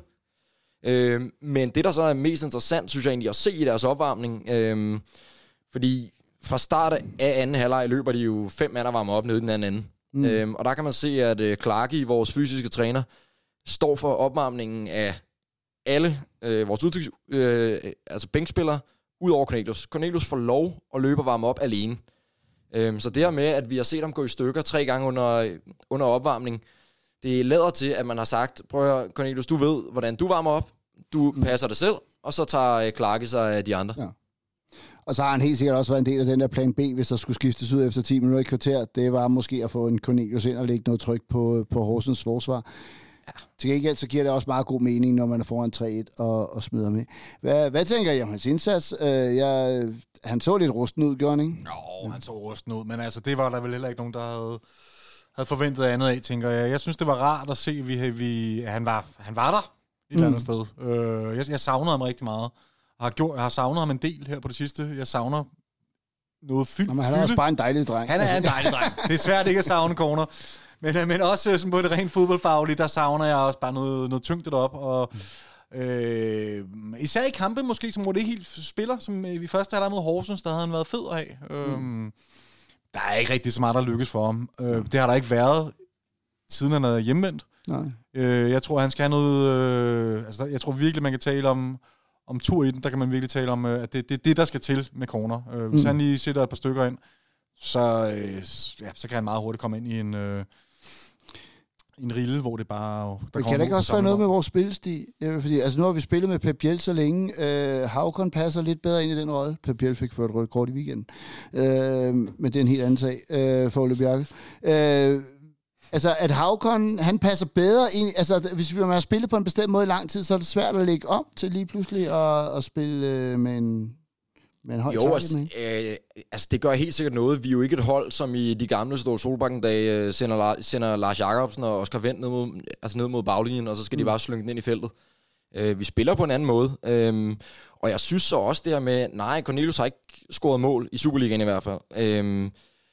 Øhm, men det, der så er mest interessant, synes jeg egentlig, at se i deres opvarmning. Øhm, fordi... Fra start af anden halvleg løber de jo fem mand og varmer op nede i den anden. Mm. Øhm, og der kan man se, at uh, Clarky, vores fysiske træner, står for opvarmningen af alle øh, vores udtryks, øh, altså bænkspillere, ud over Cornelius. Cornelius får lov at løbe og varme op alene. Øhm, så det her med, at vi har set ham gå i stykker tre gange under, under opvarmning, det lader til, at man har sagt, prøv at høre, Cornelius, du ved, hvordan du varmer op. Du passer det selv, og så tager øh, Clarky sig af de andre. Ja. Og så har han helt sikkert også været en del af den der plan B, hvis der skulle skiftes ud efter ti minutter i kvarter. Det var måske at få en Cornelius ind og lægge noget tryk på, på Horsens forsvar. Ja. Til gengæld så giver det også meget god mening, når man er foran tre et og, og smider med. Hvad, hvad tænker I om hans indsats? Uh, jeg, han så lidt rusten ud, gjorde han ikke? Jo, han så rusten ud, men altså, det var der vel heller ikke nogen, der havde, havde forventet andet af, tænker jeg. Jeg synes, det var rart at se, at vi, vi, at han, var, han var der et mm. eller andet sted. Uh, jeg, jeg savnede ham rigtig meget. Jeg har, gjort, jeg har savnet ham en del her på det sidste. Jeg savner noget fyldt. Jamen, han er også bare en dejlig dreng. Han er en dejlig dreng. Det er svært ikke at savne corner. Men, men også sådan på det rent fodboldfaglige, der savner jeg også bare noget, noget tyngde derop. Og, øh, især i kampe måske, som hvor det ikke helt spiller, som vi først havde mod Horsens, der havde han været fed af. Mm. Øh, der er ikke rigtig så meget, der lykkes for ham. Øh, det har der ikke været, siden han er hjemvendt. Nej. Øh, jeg tror, han skal have noget... Øh, altså, jeg tror virkelig, man kan tale om... Om tur i den, der kan man virkelig tale om, at det er det, det, der skal til med corner. Øh, hvis mm. han lige sætter et par stykker ind, så, øh, ja, så kan han meget hurtigt komme ind i en, øh, en rille, hvor det bare... Der kan det ikke også være noget med vores spillestil? Ja, fordi, altså, nu har vi spillet med Pep Biel så længe. Øh, Havkon passer lidt bedre ind i den rolle. Pep Biel fik ført rødt kort i weekenden. Øh, men det er en helt anden sag øh, for Ole Bjerke. Øh, Altså, at Havkon, han passer bedre ind... Altså, hvis man har spillet på en bestemt måde i lang tid, så er det svært at lægge om til lige pludselig at, at spille øh, med en, med en høj Jo, altså, øh, altså, det gør helt sikkert noget. Vi er jo ikke et hold, som i de gamle Stål Solbakken-dage sender, sender Lars Jacobsen og Oscar Wendt ned mod, altså ned mod baglinjen, og så skal mm. de bare slynge den ind i feltet. Øh, vi spiller på en anden måde. Øh, og jeg synes så også det her med... Nej, Cornelius har ikke scoret mål i Superligaen i hvert fald. Øh,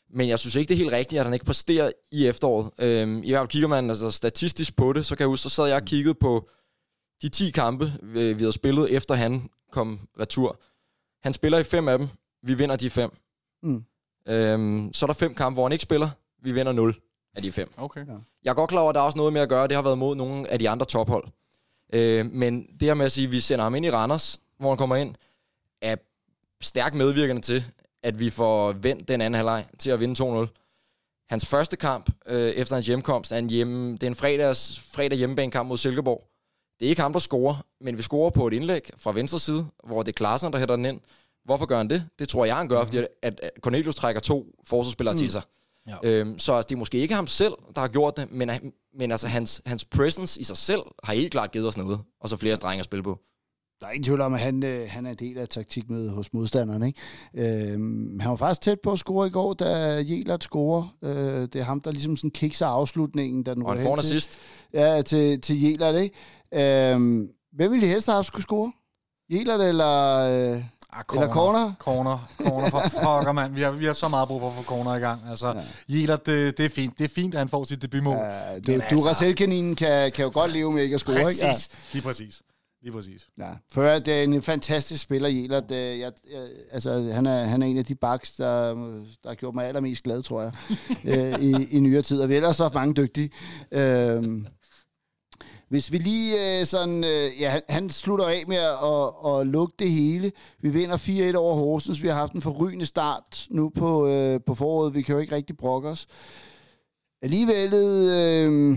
Men jeg synes ikke, det er helt rigtigt, at han ikke præsterer i efteråret. Øhm, I hvert fald kigger man altså statistisk på det, så kan jeg huske, så sad jeg og kiggede på de ti kampe, vi havde spillet, efter han kom retur. Han spiller i fem af dem. Vi vinder de fem. Mm. Øhm, så er der fem kampe, hvor han ikke spiller. Vi vinder nul af de fem. Okay. Ja. Jeg er godt klar over, at der er også noget med at gøre. Det har været mod nogle af de andre tophold. Øh, men det her med at sige, at vi sender ham ind i Randers, hvor han kommer ind, er stærkt medvirkende til, at vi får vendt den anden halvleg til at vinde to nul. Hans første kamp øh, efter hans hjemkomst er en, hjemme, det er en fredags, fredag hjemmebanekamp mod Silkeborg. Det er ikke ham, der scorer, men vi scorer på et indlæg fra venstre side, hvor det er Klaasen, der hætter den ind. Hvorfor gør han det? Det tror jeg, han gør, mm-hmm. fordi at Cornelius trækker to forsvarsspillere mm. til sig. Ja. Øhm, så altså, det er måske ikke ham selv, der har gjort det, men, men altså, hans, hans presence i sig selv har helt klart givet os noget, og så flere strenge at spille på. Der er ingen tvivl om, at han, øh, han er en del af taktikmødet hos modstanderne. Ikke? Øhm, han var faktisk tæt på at score i går, da Jelert scorer. Øh, det er ham, der ligesom sådan kikser afslutningen. Da den og han får en assist. Ja, til, til Jelert. Ikke? Øhm, hvem ville I helst have haft skulle score? Jelert eller... Øh, Ah, corner, Eller corner? Corner, corner for pokker, mand. Vi har, vi har så meget brug for at få corner i gang. Altså, ja. Jelert, det, det er fint. Det er fint, at han får sit debutmål. Ja, du, du altså, Racelkaninen kan, kan jo godt leve med ikke at score, præcis. Ikke? Ja. Lige præcis. Lige præcis. Ja. For det er en fantastisk spiller, Jelert. Jeg, jeg, altså, han, er, han er en af de backs, der, der har gjort mig allermest glad, tror jeg, øh, i, i nyere tid. Og vi er ellers så mange dygtige. Øh, Hvis vi lige øh, sådan... Øh, ja, han, han slutter af med at, at, at lukke det hele. Vi vinder fire et over Horsens. Vi har haft en forrygende start nu på, øh, på foråret. Vi kan jo ikke rigtig brokke os. Alligevel øh,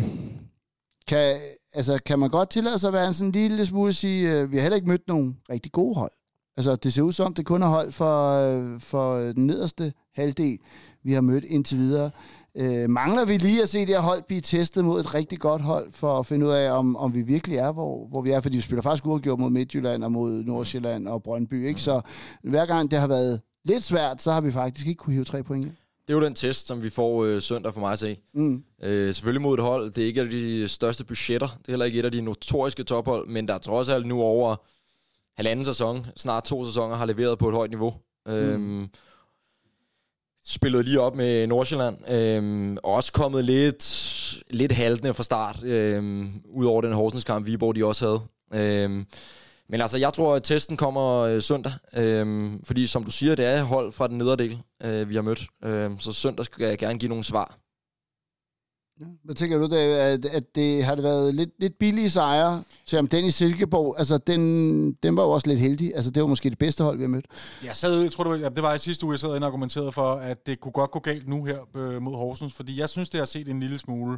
kan, altså, kan man godt tillade sig at være en sådan lille smule at sige, øh, vi har heller ikke mødt nogen rigtig gode hold. Altså, det ser ud som, det kun er hold for, øh, for den nederste halvdel, vi har mødt indtil videre. Øh, mangler vi lige at se det her hold blive testet mod et rigtig godt hold, for at finde ud af, om, om vi virkelig er, hvor, hvor vi er. Fordi vi spiller faktisk uafgjort mod Midtjylland og mod Nordsjælland og Brøndby. Ikke? Så hver gang det har været lidt svært, så har vi faktisk ikke kunne hive tre point. Det er jo den test, som vi får øh, søndag for mig at se. Mm. Øh, selvfølgelig mod et hold. Det er ikke et af de største budgetter. Det er heller ikke et af de notoriske tophold. Men der er trods alt nu over halvanden sæson, snart to sæsoner, har leveret på et højt niveau. Mm. Øhm, spillede lige op med Nordsjælland. Øhm, også kommet lidt, lidt haltende fra start. Øhm, Udover den Horsens-kamp, Viborg de også havde. Øhm, men altså, jeg tror, at testen kommer øh, søndag. Øhm, fordi som du siger, det er hold fra den nederdel, øh, vi har mødt. Øhm, så søndag skal jeg gerne give nogle svar. Ja. Hvad tænker du, at, at det har det været lidt, lidt billige sejre? Så om den i Silkeborg, altså den, den var jo også lidt heldig. Altså det var måske det bedste hold, vi har mødt. Jeg sad, jeg tror, det var, det var i sidste uge, jeg sad og argumenterede for, at det kunne godt gå galt nu her øh, mod Horsens, fordi jeg synes, det har set en lille smule...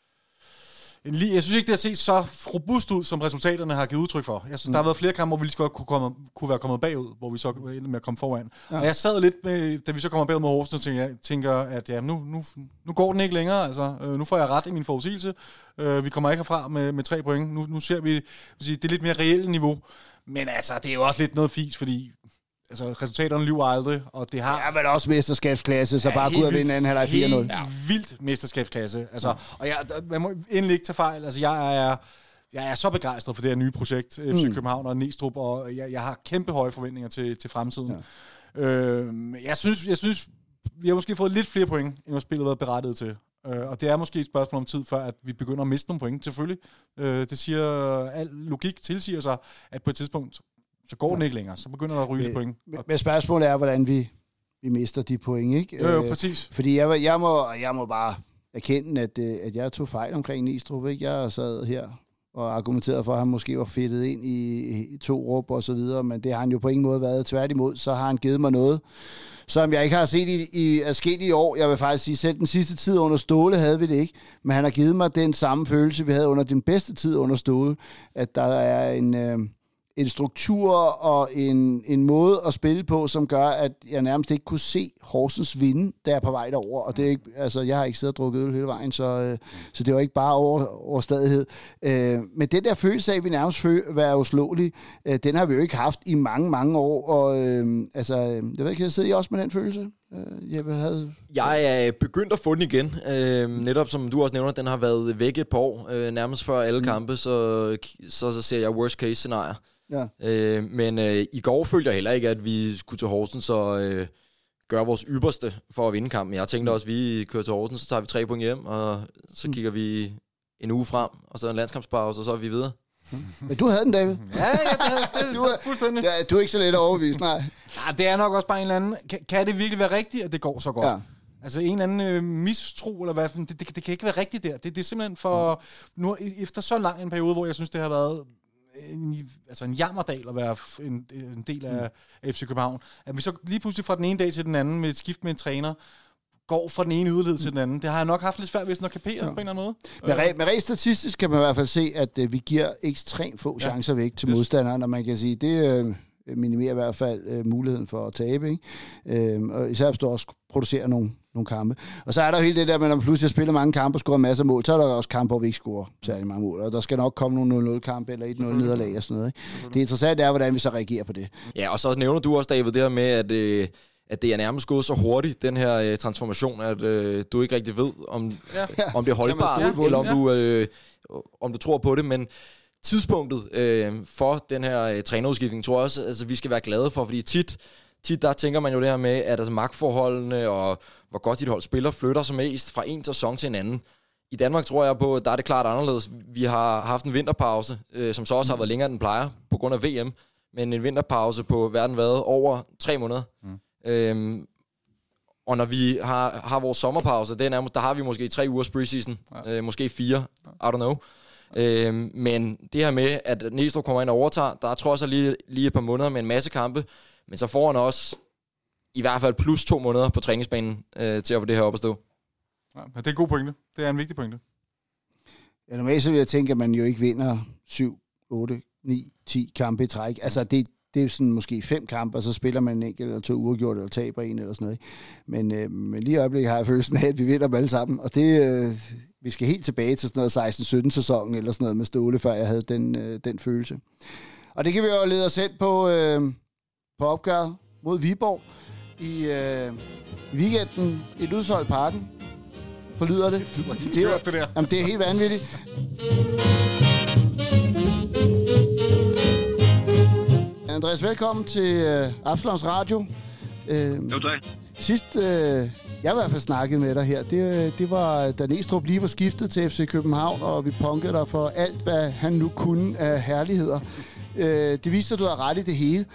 En li- jeg synes ikke, det har set så robust ud, som resultaterne har givet udtryk for. Jeg synes, mm. der har været flere kampe, hvor vi lige godt kunne, komme, kunne være kommet bagud, hvor vi så endte med at komme foran. Ja. Og jeg sad lidt med, da vi så kommer bagud mod Horsens, og tænker, tænker at ja, nu, nu, nu går den ikke længere. Altså, øh, nu får jeg ret i min forudsigelse. Øh, vi kommer ikke herfra med, med tre point. Nu, nu ser vi, det er lidt mere reelt niveau. Men altså, det er jo også lidt noget fis, fordi... Altså, resultaterne lyver aldrig, og det har... Ja, men også mesterskabsklasse, så ja, bare gå ud og vinde anden halvleg fire nul. Ja. Vildt mesterskabsklasse. Altså, ja. Og jeg, man må endelig ikke tage fejl. Altså, jeg er, jeg er så begejstret for det her nye projekt, F C mm. København og Næstrup, og jeg, jeg har kæmpe høje forventninger til, til fremtiden. Ja. Øh, jeg, synes, jeg synes, vi har måske fået lidt flere point, end spillet har været berettiget til. Øh, og det er måske et spørgsmål om tid, før at vi begynder at miste nogle point, selvfølgelig. Øh, det siger, al logik tilsiger sig, at på et tidspunkt, så går den ikke længere. Så begynder der at ryge point. Men spørgsmålet er, hvordan vi, vi mister de point, ikke? Jo, jo, præcis. Fordi jeg, jeg, må, jeg må bare erkende, at, at jeg tog fejl omkring Næstrup, ikke? Jeg sad her og argumenterede for, at han måske var fedtet ind i, i to råb og så videre, men det har han jo på ingen måde været. Tværtimod, så har han givet mig noget, som jeg ikke har set i, i forskellige år. Jeg vil faktisk sige, selv den sidste tid under Ståle havde vi det ikke, men han har givet mig den samme følelse, vi havde under den bedste tid under Ståle, at der er en... Øh, en struktur og en, en måde at spille på, som gør, at jeg nærmest ikke kunne se Horsens vinde, der er på vej derover. Og det er ikke, altså, jeg har ikke siddet og drukket øl hele vejen, så, øh, så det var ikke bare over, over stadighed. Øh, men den der følelse af, at vi nærmest føler at være uslåelige, øh, den har vi jo ikke haft i mange, mange år. Og øh, altså, jeg ved ikke, jeg sidder I også med den følelse? Øh, Jeppe havde... Jeg er begyndt at få den igen. Øh, netop som du også nævner, den har været væk et par år, øh, nærmest før alle mm. kampe, så, så, så ser jeg worst case scenarier. Ja. Øh, men øh, i går følte jeg heller ikke, at vi skulle til Horsens og øh, gøre vores ypperste for at vinde kampen. Jeg tænkte også, at vi kører til Horsens, så tager vi tre point hjem, og så kigger vi en uge frem, og så en landskampspause, og så er vi videre. Men du havde den, David. Ja, ja, det, det, du er fuldstændig. Ja, du er ikke så let at overbevise, nej. Nej, det er nok også bare en eller anden... Kan, kan det virkelig være rigtigt, at det går så godt? Ja. Altså en eller anden øh, mistro, eller hvad, det, det, det kan ikke være rigtigt der. Det, det er simpelthen for... Nu, efter så lang en periode, hvor jeg synes, det har været en, altså en jammerdal at være en, en del af mm. F C København, at vi så lige pludselig fra den ene dag til den anden, med et skift med en træner, går fra den ene yderlighed til den anden. Det har jeg nok haft lidt svært ved at kapere ja. på en eller anden måde. Men, re- men rent statistisk kan man i hvert fald se, at uh, vi giver ekstremt få ja. chancer væk til yes. modstanderen, og man kan sige, det uh, minimerer i hvert fald uh, muligheden for at tabe. Ikke? Uh, og især hvis du også producerer nogle, nogle kampe. Og så er der jo hele det der med, når man pludselig spiller mange kampe og scorer masser af mål, så er der også kampe, hvor vi ikke scorer særlig mange mål. Og der skal nok komme nogle nul-nul-kampe eller et nul-nederlag og sådan noget. Ikke? Det interessante er, hvordan vi så reagerer på det. Ja, og så nævner du også, David, det her med, at... Øh at det er nærmest gået så hurtigt, den her øh, transformation, at øh, du ikke rigtig ved, om, ja. om det er holdbart, ja. eller om, ja. du, øh, om du tror på det. Men tidspunktet øh, for den her øh, trænerudskiftning, tror jeg også, altså, vi skal være glade for, fordi tit, tit der tænker man jo det her med, at altså, magtforholdene og hvor godt dit hold spiller, flytter sig mest fra en sæson til en anden. I Danmark tror jeg på, at der er det klart anderledes. Vi har haft en vinterpause, øh, som så også har været længere, end den plejer, på grund af V M, men en vinterpause på verden været over tre måneder. Mm. Øhm, og når vi har, har vores sommerpause, det er nærmest, der har vi måske tre ugers preseason, ja. øh, måske fire, I don't know. Øhm, men det her med, at Næstrup kommer ind og overtager, der er trods alt lige, lige et par måneder med en masse kampe, men så får han også i hvert fald plus to måneder på træningsbanen øh, til at få det her op at stå. Ja, men det er en god pointe. Det er en vigtig pointe. Ja, normalt så vil jeg tænke, at man jo ikke vinder syv, otte, ni, ti kampe i træk. Altså det Det er sådan måske fem kampe, og så spiller man en enkelt eller to uafgjort, eller taber en eller sådan noget. Men, øh, men lige i øjeblikket har jeg følelsen af, at vi vinder dem alle sammen. Og det, øh, vi skal helt tilbage til sådan noget seksten sytten sæsonen eller sådan noget med Ståle, før jeg havde den, øh, den følelse. Og det kan vi jo lede os hen på, øh, på opgøret mod Viborg i øh, weekenden. Et udsolgt Parken. Forlyder det? Det er, det, der. Jamen, det er helt vanvittigt. Andreas, velkommen til øh, Absalons Radio. Øh, jo, tak. Sidst, øh, jeg i hvert fald snakkede med dig her, det, det var, da Næstrup lige var skiftet til F C København, og vi punkede dig for alt, hvad han nu kunne af herligheder. Øh, det viser, at du har ret i det hele.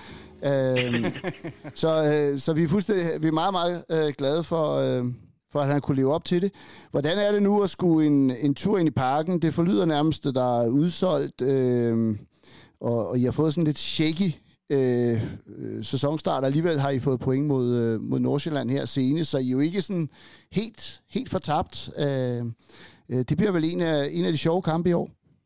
Øh, så, øh, så vi er fuldstændig, vi er meget, meget øh, glade for, øh, for, at han kunne leve op til det. Hvordan er det nu at skulle en, en tur ind i Parken? Det forlyder nærmest, at der er udsolgt, øh, og, og I har fået sådan lidt shaky Øh, sæsonstart, alligevel har I fået point mod, øh, mod Nordsjælland her senest, så I er jo ikke sådan helt, helt fortabt. Øh, øh, det bliver vel en af, en af de sjove kampe i år?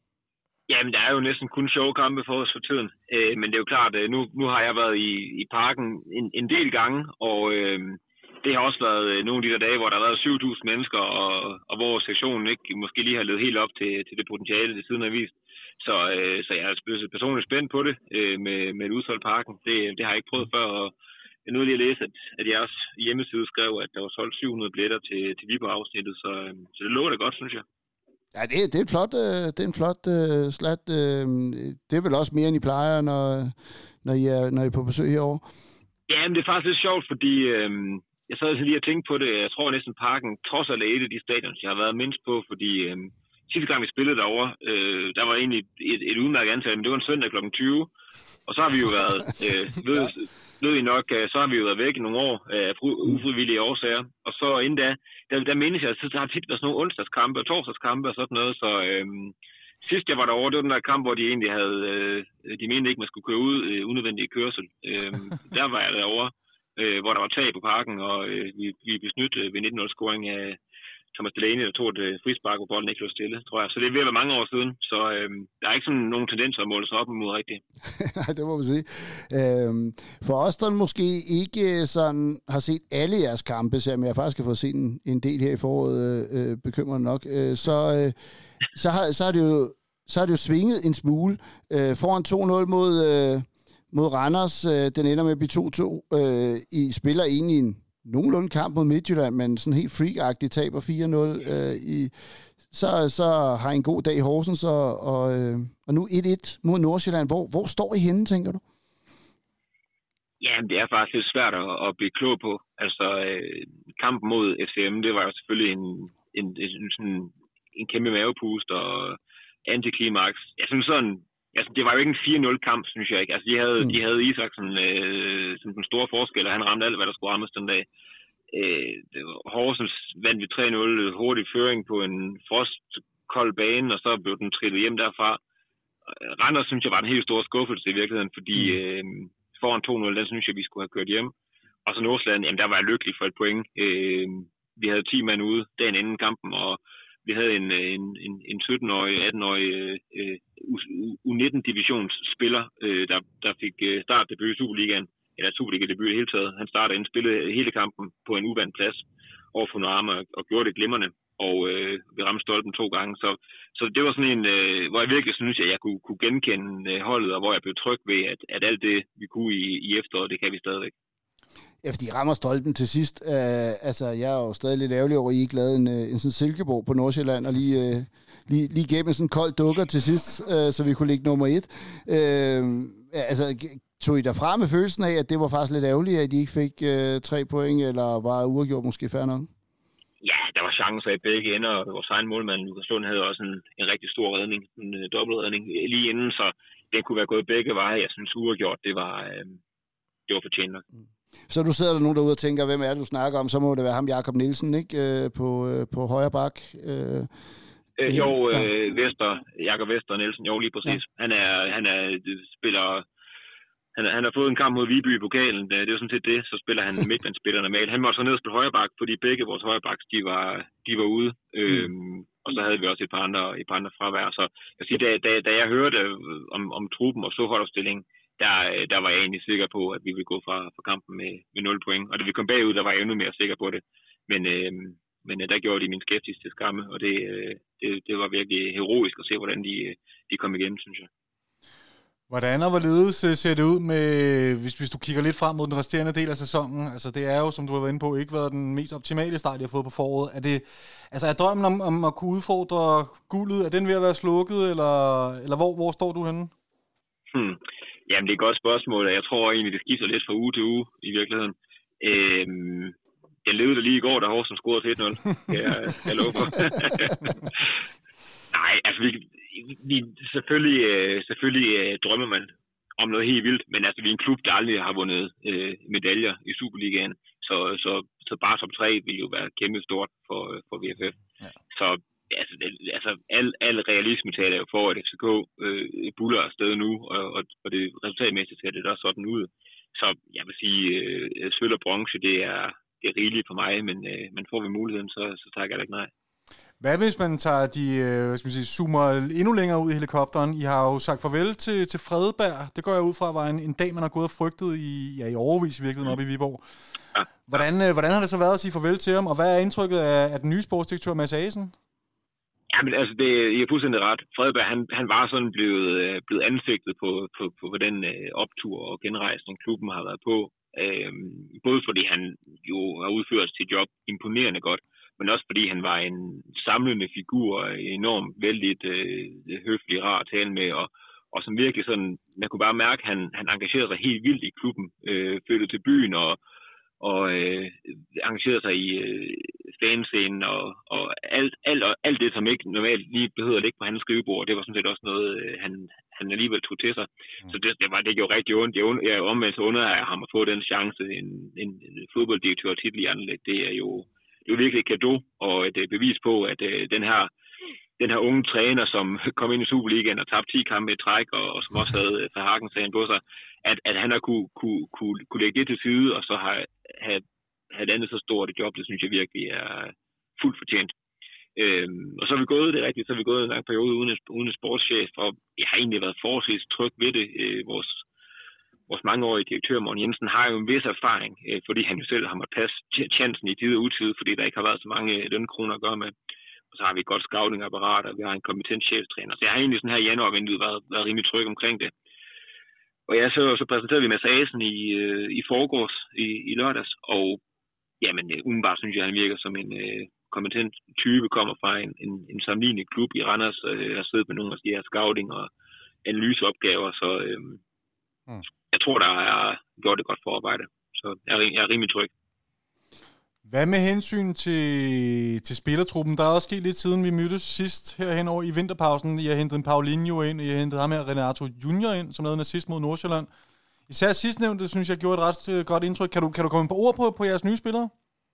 Jamen, der er jo næsten kun sjove kampe for os for tiden, øh, men det er jo klart, at nu, nu har jeg været i, i Parken en, en del gange, og øh, det har også været nogle af de der dage, hvor der har været syv tusind mennesker, og, og hvor sektionen ikke måske lige har levet helt op til, til det potentiale, det siden har vist. Så, øh, så jeg er personligt spændt på det øh, med, med et udsolgt Parken. Det, det har jeg ikke prøvet før, og jeg nåede lige at læse, at, at jeres hjemmeside skrev, at der var solgt syv hundrede billetter til, til Viborg-afsnittet, så, øh, så det lover det godt, synes jeg. Ja, det, det er en flot, øh, det er en flot øh, slat. Øh, det er vel også mere, end I plejer, når, når, I, er, når I er på besøg herovre? Ja, men det er faktisk lidt sjovt, fordi øh, jeg sad altså lige og tænkte på det. Jeg tror næsten Parken, trods alt et af de stadions, jeg har været mindst på, fordi øh, sidste gang vi spillede derovre, øh, der var egentlig et, et udmærket antal, men det var en søndag klokken tyve. Og så har vi jo været, øh, ved, ved I nok, så har vi jo været væk i nogle år af ufrivillige årsager. Og så inden da, der, der mindes jeg, at der har tit været sådan nogle onsdagskampe og torsdagskampe og sådan noget. Så øh, sidst jeg var derovre, det var den der kamp, hvor de egentlig havde, øh, de mente ikke, man skulle køre ud øh, unødvendig kørsel. Øh, der var jeg derovre, øh, hvor der var tag på Parken, og øh, vi, vi blev snydt øh, ved nitten nul-scoring af Thomas Delaney, der tog et øh, frispark, hvor bolden ikke lå stille, tror jeg. Så det er ved at være mange år siden, så øh, der er ikke sådan nogen tendenser at måle sig op imod rigtigt. Nej, det må man sige. Øhm, for os, der måske ikke sådan har set alle jeres kampe, selvom jeg faktisk har fået set en, en del her i foråret, øh, bekymrende nok, øh, så, øh, så, har, så, har det jo, så har det jo svinget en smule. Øh, foran to nul mod, øh, mod Randers, øh, den ender med at blive to to. Øh, I spiller egentlig en nogenlunde kamp mod Midtjylland, men sådan helt freak-agtigt taber fire nul. Øh, i, så, så har I en god dag i Horsens, og, og, øh, og nu et et mod Nordsjælland. Hvor, hvor står I henne, tænker du? Ja, det er faktisk lidt svært at, at blive klog på. Altså, øh, kampen mod F C M, det var jo selvfølgelig en, en, en, sådan, en kæmpe mavepust og antiklimaks. Jeg synes sådan, altså, det var jo ikke en fire nul kamp, synes jeg ikke. Altså, de havde, mm. de havde Isaksen øh, som den store forskel, og han ramte alt, hvad der skulle rammes den dag. Øh, Horsens vandt vi tre nul, hurtig føring på en frostkold bane, og så blev den trillet hjem derfra. Randers synes jeg var en helt stor skuffelse i virkeligheden, fordi mm. øh, foran to nul, den synes jeg, vi skulle have kørt hjem. Og så Nordsjælland, jamen der var jeg lykkelig for et point. Øh, vi havde ti mand ude dagen inden kampen, og vi havde en, en, en, en sytten-årig, atten-årig øh, U nitten-divisionsspiller, øh, der, der fik startdebut i Superligaen, eller Superliga-debut i det hele taget. Han startede ind, spillede hele kampen på en uvandt plads over for Norama og, og gjorde det glimrende. Og øh, vi ramte stolpen to gange. Så, så det var sådan en, øh, hvor jeg virkelig synes, at jeg kunne, kunne genkende øh, holdet, og hvor jeg blev tryg ved, at, at alt det, vi kunne i, i efteråret, det kan vi stadigvæk. Ja, fordi de rammer stolpen til sidst. Uh, altså, jeg er jo stadig lidt ærgerlig over, at I ikke lavede en, en sådan Silkeborg på Nordsjælland, og lige, uh, lige, lige gav en sådan kold dukker til sidst, uh, så vi kunne ligge nummer et. Uh, altså, tog I derfra med følelsen af, at det var faktisk lidt ærgerligt, at I ikke fik uh, tre point, eller var uafgjort måske fair nok? Ja, der var chancer i begge ender, og vores egen målmand, Lukas Lund, havde også en, en rigtig stor redning, en uh, dobbeltredning lige inden, så det kunne være gået begge veje. Jeg synes, uafgjort, det var, uh, det var fortjent nok. Mm. Så du sidder der nogen derude og tænker, hvem er det, du snakker om? Så må det være ham, Jakob Nielsen, ikke? Øh, på, øh, på højre bak. Øh, øh, jo, ja. øh, Vester, Jakob Vester Nielsen, jo lige præcis. Ja. Han er, han er spiller, han, han har fået en kamp mod Viby i pokalen. Det er jo sådan set det. Så spiller han midtbandsspiller normalt. Han måtte så ned og spille højre bak, fordi begge vores højre baks, de var, de var ude. Mm. Øhm, og så havde vi også et par andre, et par andre fravær. Så jeg siger, da, da, da jeg hørte om, om truppen og så holdopstillingen, Der, der var jeg egentlig sikker på, at vi ville gå fra, fra kampen med, med nul point. Og da vi kom bagud, der var jeg endnu mere sikker på det. Men, øh, men der gjorde de min skepsis til skamme, og det, det, det var virkelig heroisk at se, hvordan de, de kom igennem, synes jeg. Hvordan og hvorledes ser det ud med, hvis, hvis du kigger lidt frem mod den resterende del af sæsonen? Altså det er jo, som du har været inde på, ikke været den mest optimale start, jeg har fået på foråret. Er det, altså er drømmen om, om at kunne udfordre guldet, er den ved at være slukket, eller, eller hvor, hvor står du henne? Hmm. Jamen, det er et godt spørgsmål, og jeg tror egentlig, det skifter lidt fra uge til uge i virkeligheden. Øhm, jeg levede det lige i går, da Horsens scorede til et nul. Jeg, jeg lover for. Nej, altså, vi, vi selvfølgelig, selvfølgelig drømmer man om noget helt vildt, men altså, vi er en klub, der aldrig har vundet øh, medaljer i Superligaen, så, så, så bare top tre vil jo være kæmpe stort for, for V F F. Ja. Så altså, det, altså al, al realisme taler jo for, at F C K øh, buller afsted nu, og, og, og det resultatmæssigt ser det der sådan ud. Så jeg vil sige, øh, sølv og bronze, det er, det er rigeligt for mig, men, øh, men får vi muligheden, så, så tager jeg da ikke nej. Hvad hvis man tager de, hvad skal man sige, zoomer endnu længere ud i helikopteren? I har jo sagt farvel til, til Fredberg. Det går jeg ud fra, var en, en dag, man har gået og frygtet i, ja, i overvis i virkeligheden oppe i Viborg. Ja. Hvordan, hvordan har det så været at sige farvel til ham, og hvad er indtrykket af, af den nye sportsdirektør, Mads Asen? Ja, men altså, det I er fuldstændig ret. Fredberg, han, han var sådan blevet, blevet ansigtet på, på, på, på den øh, optur og genrejsning, klubben har været på. Øhm, både fordi han jo har udført sit job imponerende godt, men også fordi han var en samlende figur, enormt vældig øh, høflig, rar at tale med, og, og som virkelig sådan, man kunne bare mærke, at han, han engagerede sig helt vildt i klubben, øh, flyttede til byen og, og øh, engagerede sig i øh, fanscenen og, og alt, alt, og alt det, som ikke normalt lige behøvede at ligge på hans skrivebord, det var sådan set også noget, øh, han, han alligevel tog til sig. Mm. Så det, det, var, det gjorde rigtig ondt. Jeg, und, jeg omvendt under af ham at få den chance, en, en, en fodbolddirektør-titel i Anderlecht, det er jo det er jo virkelig et cadeau, og et bevis på, at øh, den her den her unge træner, som kom ind i Superligaen og tabte ti kampe i træk, og, og som også havde Verhagen-sagen på sig, at, at han har kunne, kunne, kunne, kunne lægge det til side, og så har have, have landet så stort et job, det synes jeg virkelig er fuldt fortjent. Øhm, og så er vi gået, det er rigtigt, så er vi gået en lang periode uden, uden en sportschef, og jeg har egentlig været forholdsvis tryg ved det. Øh, vores Vores mangeårige direktør, Morten Jensen, har jo en vis erfaring, øh, fordi han jo selv har måttet passe chancen i tid og utid, fordi der ikke har været så mange lønkroner at gøre med. Og så har vi et godt scouting-apparat, og vi har en kompetent cheftræner. Så jeg har egentlig sådan her i januar-vinduet været, været rimelig tryg omkring det. Og ja, så, så præsenterede vi Mads Asen i, øh, i forgårs, i, i lørdags, og jamen, øh, umiddelbart synes jeg, han virker som en øh, kompetent type, kommer fra en, en, en sammenlignende klub i Randers, øh, har siddet med nogle af de her scouting- og analyseopgaver, så øh, mm. jeg tror, der er, gjort et godt forarbejde. Så jeg er, jeg er rimelig tryg. Hvad med hensyn til, til spillertruppen? Der er også sket lidt siden vi mødtes sidst herhen over i vinterpausen. I har hentet en Paulinho ind, I har hentet ham her Renato Junior ind, som lavede en assist mod Nordsjælland. Især sidstnævnte, synes jeg, gjorde et ret uh, godt indtryk. Kan du, kan du komme på ord på, på jeres nye spillere?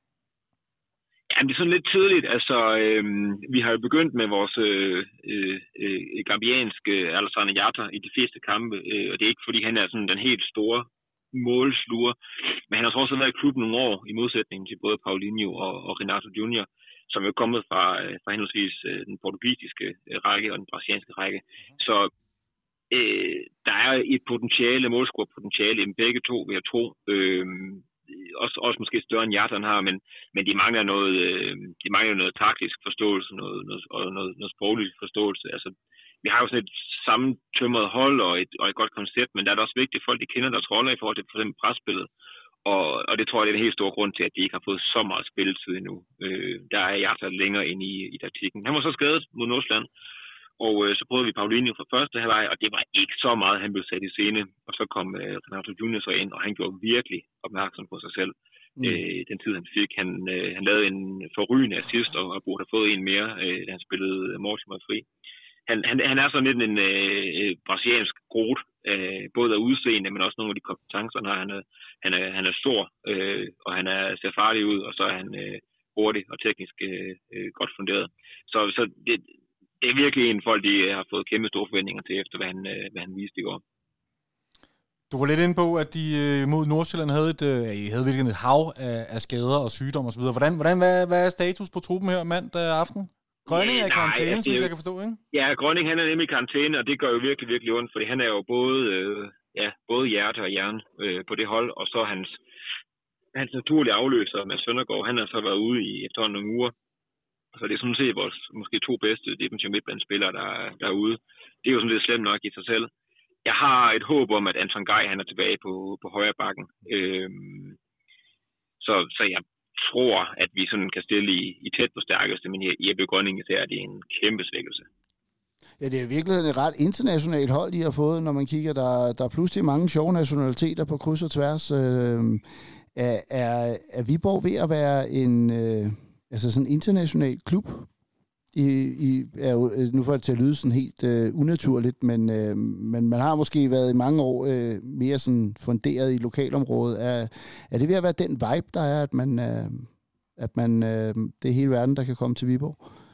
Jamen, det er sådan lidt tidligt. Altså, øh, vi har jo begyndt med vores øh, øh, gambianske Alassane Jatta i de fleste kampe, øh, og det er ikke, fordi han er sådan den helt store målsluger, men han har så også været i klubben nogle år, i modsætning til både Paulinho og, og Renato Junior, som er kommet fra, fra henholdsvis den portugisiske række og den brasilianske række. Så øh, der er et potentiale, målscorepotentiale i dem begge to, vil jeg tro. Øh, også, også måske større end Hjerteren har, men, men de mangler noget, øh, de mangler noget taktisk forståelse noget, noget, og noget, noget sproglig forståelse. Altså, vi har jo sådan et sammentømret hold og et, og et godt koncept, men der er det også vigtigt, at folk de kender deres roller i forhold til for eksempel presspillet. Og, og det tror jeg, det er en helt stor grund til, at de ikke har fået så meget spilletid endnu. Øh, der er jeg altså længere inde i, i taktikken. Han var så skadet mod Nordsjælland, og øh, så prøvede vi Paulinho fra første halvleg, og det var ikke så meget, han blev sat i scene. Og så kom øh, Renato Junior så ind, og han gjorde virkelig opmærksom på sig selv. Mm. Øh, den tid, han fik. Han, øh, han lavede en forrygende assist, og, og burde have fået en mere, øh, da han spillede Mortimer fri. Han, han, han er sådan lidt en øh, brasiliansk grot, øh, både af udseende, men også nogle af de kompetencer, han har. Han er, han er, han er stor, øh, og han er, ser farlig ud, og så er han øh, hurtig og teknisk øh, godt funderet. Så, så det, det er virkelig en folk, de har fået kæmpe store forventninger til, efter hvad han, øh, hvad han viste i går. Du var lidt inde på, at de øh, mod Nordsjælland havde et, øh, havde virkelig et hav af, af skader og sygdom osv. Hvordan, hvordan hvad, hvad er status på truppen her mandag aften? Grønning er i karantæne, ja, så jeg kan forstå, ikke? Ja, Grønning han er nemlig i karantæne, og det gør jo virkelig, virkelig ondt, fordi han er jo både, øh, ja, både hjerte og hjerne øh, på det hold, og så hans, hans naturlige afløser med Søndergaard, han har så været ude i efterhånden nogle uger. Så det er sådan set vores måske to bedste defensive midtbanespillere, der, der er ude. Det er jo sådan lidt slemt nok i sig selv. Jeg har et håb om, at Anton Gej, han er tilbage på, på højre bakken. Øh, så, så jeg tror, at vi sådan kan stille i, i tæt på stærkeste, men Jeppe Grønning især, det er en kæmpe svækkelse. Ja, det er virkelig et ret internationalt hold, I har fået, når man kigger. Der, der er pludselig mange sjove nationaliteter på kryds og tværs. Øh, er, er, er Viborg ved at være en øh, altså sådan en international klub? I, I er jo, nu får det til at lyde sådan helt øh, unaturligt, men, øh, men man har måske været i mange år øh, mere sådan funderet i lokalområdet. Er, er det ved at være den vibe, der er, at man, øh, at man øh, det er hele verden, der kan komme til Viborg?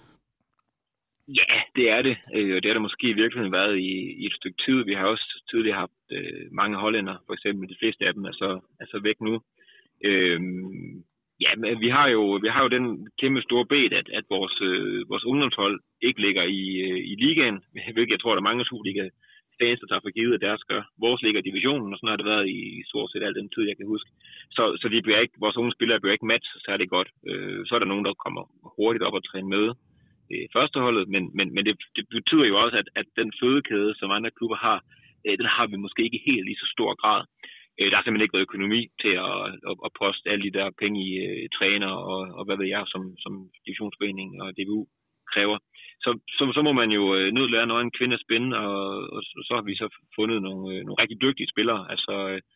Ja, det er det. Og det har der måske i virkeligheden været i, i et stykke tid. Vi har også tidligere haft øh, mange hollænder, for eksempel de fleste af dem er så, er så væk nu. Øh, Ja, men vi har jo vi har jo den kæmpe store bed, at, at vores, øh, vores ungdomshold ikke ligger i, øh, i ligaen, hvilket jeg tror, der er mange Superliga-fans, der tager for givet, at deres gør. Vores ligger i divisionen, og sådan har det været i stort set al den tid, jeg kan huske. Så, så vi bliver ikke, vores unge spillere bliver ikke matchet særlig godt. Øh, så er der nogen, der kommer hurtigt op og træne med øh, førsteholdet, men, men, men det, det betyder jo også, at, at den fødekæde, som andre klubber har, øh, den har vi måske ikke helt i så stor grad. Der har simpelthen ikke været økonomi til at, at, at poste alle de der penge i uh, træner og, og hvad ved jeg, som, som divisionsforening og D B U kræver. Så, så, så må man jo uh, nødlære, når en kvinde er spændende, og, og, og så har vi så fundet nogle, uh, nogle rigtig dygtige spillere. Altså,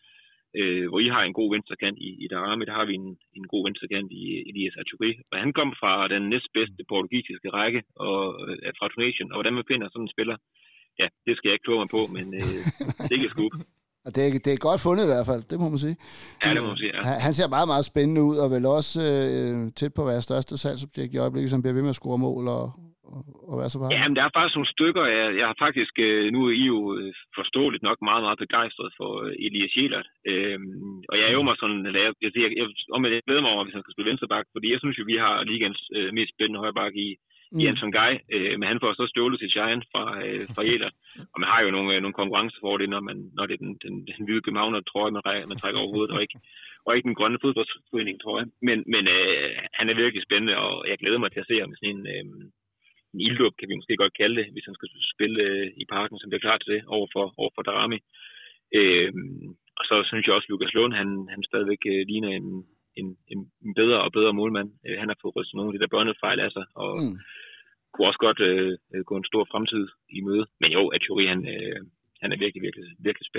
uh, hvor I har en god venstrekant i, i Darami, der har vi en, en god venstrekant i Elias Achuri. Og han kom fra den næstbedste portugisiske række og, uh, fra Tunesien, og hvordan man finder sådan en spiller, ja, det skal jeg ikke kloge mig på, men uh, det er ikke scoop. Og det er, det er godt fundet i hvert fald, det må man sige. Ja, det må man sige, ja. Han, han ser meget, meget spændende ud, og vel også øh, tæt på at være største salgsobjekt i øjeblikket, som bliver ved med at score mål og, og, og være så bare. Ja, men der er faktisk nogle stykker, jeg, jeg har faktisk, nu er I jo forståeligt nok meget, meget begejstret for Elias Jelert. Øhm, og jeg er jo mig sådan, eller jeg, jeg, jeg, om jeg glæder mig over, hvis han skal spille venstreback, fordi jeg synes jo, vi har ligens øh, mest spændende højreback i, Mm. i Anton Gej, øh, men han får så stjålet til Giant fra, øh, fra Jelert. Og man har jo nogle, nogle konkurrencefordele, når, man, når det er den, den, den hvide københavner trøje, man, man trækker over hovedet, og ikke, og ikke den grønne fodboldforening trøje. Men, men øh, han er virkelig spændende, og jeg glæder mig til at se ham med sådan en, øh, en ilddåb, kan vi måske godt kalde det, hvis han skal spille øh, i parken, som bliver klar til det, over for, over for Darami. Øh, og så synes jeg også, at Lukas Lund, han, han stadigvæk øh, ligner en, en, en bedre og bedre målmand. Øh, han har fået rystet nogle af de der børnefejl af sig, og mm. kunne også godt øh, gå en stor fremtid i møde. Men jo, Achuri, han, øh, han er virkelig, virkelig, virkelig spændende.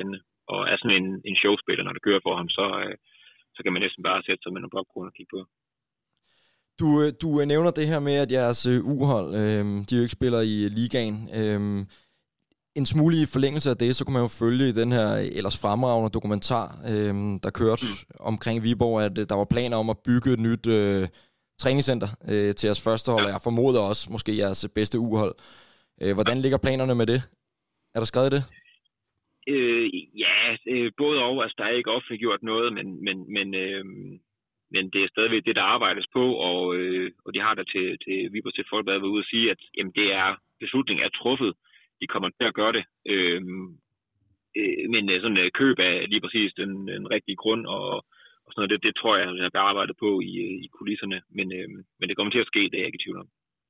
og er sådan en, en showspiller, når det kører for ham, så, øh, så kan man næsten bare sætte sig med nogle popcorn og kigge på. Du, du nævner det her med, at jeres U-hold, øh, de jo ikke spiller i ligaen. Øh, en smule i forlængelse af det, så kunne man jo følge den her ellers fremragende dokumentar, øh, der kørte mm. omkring Viborg, at der var planer om at bygge et nyt øh, træningscenter øh, til jeres første hold, og jeg formoder også måske jeres bedste U-hold. Øh, hvordan ligger planerne med det? Er der skrevet det? Øh, ja, øh, både og. Altså, der er ikke offentliggjort noget, men, men, men, øh, men det er stadigvæk det, der arbejdes på, og, øh, og de har der til, til Viborg til Folkeblad været ude at sige, at jamen, det er, beslutningen er truffet. De kommer til at gøre det. Øh, øh, men sådan øh, køb af lige præcis den, den rigtige grund, og, og sådan noget, det, det tror jeg, jeg har arbejdet på i, i kulisserne. Men, øh, men det kommer til at ske, det er jeg ikke i tvivl om.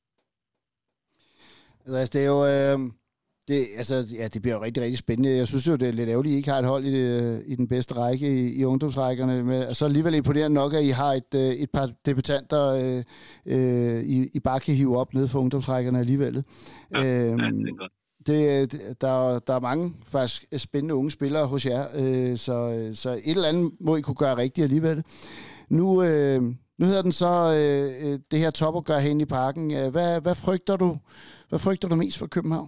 Altså, det er jo... Øh... Det, altså, ja, det bliver jo rigtig, rigtig spændende. Jeg synes jo, det er lidt ærgerligt, at I ikke har et hold i, det, i den bedste række i, i ungdomsrækkerne. Men og så alligevel imponerende nok, at I har et, et par debutanter, øh, øh, I, I bare kan hive op ned for ungdomsrækkerne alligevel. Ja, øhm, ja, det er godt. Det, der, der er mange faktisk spændende unge spillere hos jer, øh, så, så et eller andet må I kunne gøre rigtigt alligevel. Nu, øh, nu hedder den så øh, det her topopgør hen i parken. Hvad, hvad, frygter du, hvad frygter du mest for København?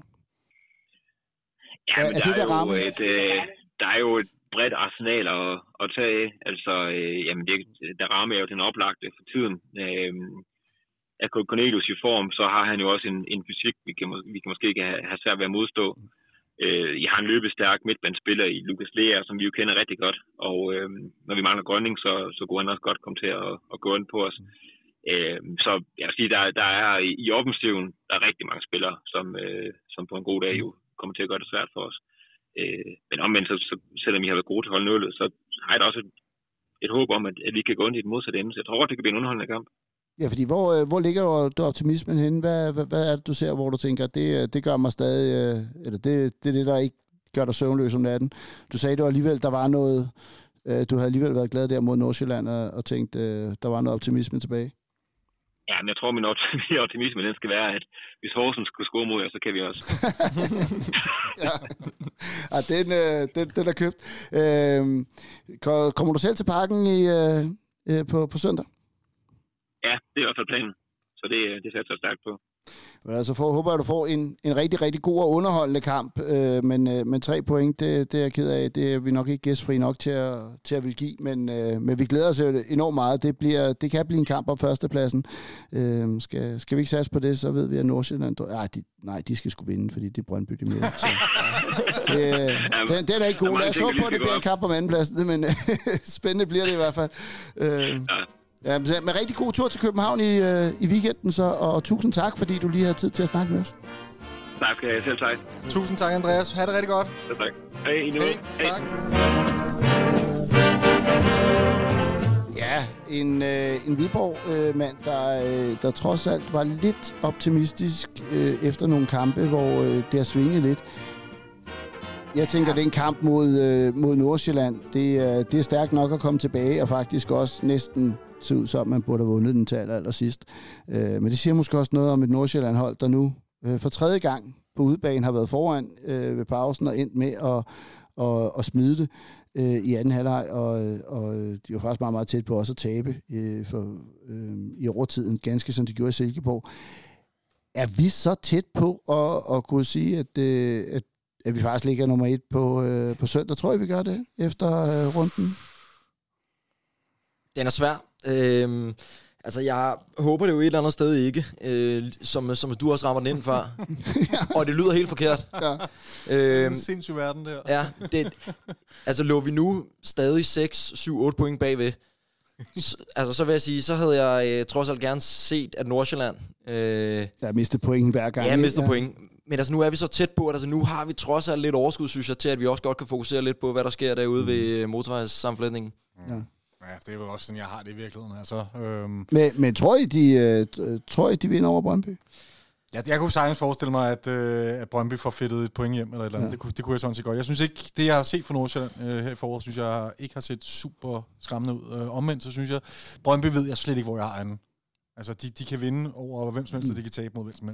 Ja, men er der, det, der, er rammer? et, øh, der er jo et bredt arsenal at, at tage af. Altså, øh, jamen det, der rammer jo den oplagte for tiden. Øh, er Cornelius i form, så har han jo også en, en fysik, vi kan, vi kan måske ikke have, have svært ved at modstå. Øh, jeg har en løbestærk midtbandspiller i Lukas Lea, som vi jo kender rigtig godt. Og øh, når vi mangler Grønning, så, så kunne han også godt komme til at, at gå ind på os. Øh, så jeg vil sige, der, der er i, i offensiven, der er rigtig mange spillere, som, øh, som på en god dag jo kommer til at gøre det svært for os. Øh, men omvendt, så, så, selvom I har været gode til at holde nullet, så har jeg da også et, et håb om, at, at vi kan gå ind i den modsatte ende. Så jeg tror, det kan blive en underholdende kamp. Ja, fordi hvor, hvor ligger du optimismen henne? Hvad, hvad, hvad er det, du ser, hvor du tænker, det, det gør mig stadig, eller det, det er det, der ikke gør dig søvnløs om natten? Du sagde, det var alligevel, der var noget, du havde alligevel været glad der mod Nordsjælland, og, og tænkt, der var noget optimisme tilbage. Ja, men jeg tror, min optimisme, den skal være, at hvis Horsens skulle score mod jer, så kan vi også. ja, ja den, den, den er købt. Øhm, kommer du selv til parken i, øh, på, på søndag? Ja, det er i hvert fald planen. Så det, det sætter jeg stærkt på. Altså for, håber jeg, at du får en, en rigtig, rigtig god og underholdende kamp, øh, men, øh, men tre point, det, det er jeg ked af. Det er vi nok ikke gæstfri nok til at, til at vil give, men, øh, men vi glæder os enormt meget. Det, bliver, det kan blive en kamp om førstepladsen. Øh, skal, skal vi ikke satse på det, så ved vi, at Nordsjælland... Nej, de, nej, de skal sgu vinde, fordi det er Brøndby, de med. Så. Det, den, den er ikke god. Lad os håbe på, at det bliver en kamp om andenpladsen, men spændende bliver det i hvert fald. Øh, Ja, med rigtig god tur til København i, øh, i weekenden, så, og tusind tak, fordi du lige havde tid til at snakke med os. Tak skal jeg selv tak. Tusind tak, Andreas. Ha' det rigtig godt. Ja, tak. Hej, i nu. Hey, tak. Ja, en, øh, en Viborg-mand, øh, der, øh, der trods alt var lidt optimistisk øh, efter nogle kampe, hvor øh, det har svinget lidt. Jeg tænker, ja. Det er en kamp mod, øh, mod Nordsjælland. Det, øh, det er stærkt nok at komme tilbage, og faktisk også næsten se ud som, man burde have vundet den til aller, aller sidst. Øh, men det siger måske også noget om et Nordsjælland-hold, der nu øh, for tredje gang på udebane har været foran øh, ved pausen og endt med at, og, og smide det øh, i anden halvleg, og, og de var faktisk meget, meget tæt på også at tabe øh, for, øh, i overtiden, ganske som de gjorde i Silkeborg. Er vi så tæt på at, at kunne sige, at, øh, at, at vi faktisk ligger nummer et på, øh, på søndag? Tror jeg, vi gør det efter øh, runden? Den er svær. Øhm, altså, jeg håber det jo et eller andet sted ikke, øh, som, som du også rammer den ind før. ja. Og det lyder helt forkert. Ja. Øhm, det er en sindssyg verden der. Ja, det, altså lå vi nu stadig seks, syv, otte point bagved. Så, altså, så vil jeg sige, så havde jeg øh, trods alt gerne set, at Nordsjælland... Øh, ja, mistet point hver gang. Ja, mistet ja. point. Men altså, nu er vi så tæt på, at altså, nu har vi trods alt lidt overskud, synes jeg, til at vi også godt kan fokusere lidt på, hvad der sker derude mm. ved motorvejssammenflætningen. Ja. Ja, det er jo også sådan, jeg har det i virkeligheden. Altså, øhm. men, men tror I, de, øh, tror I, de vinder over Brøndby? Ja, jeg kunne sagtens forestille mig, at, øh, at Brøndby får fedtet et point hjem, eller et eller andet. Ja. Det, kunne, det kunne jeg sådan set godt. Jeg synes ikke, det jeg har set fra Nordsjælland øh, her i foråret, synes jeg ikke har set super skræmmende ud. Øh, omvendt, så synes jeg, Brøndby ved jeg slet ikke, hvor jeg har anden. Altså, de, de kan vinde over hvem som helst, mm. og de kan tabe mod hvem som helst.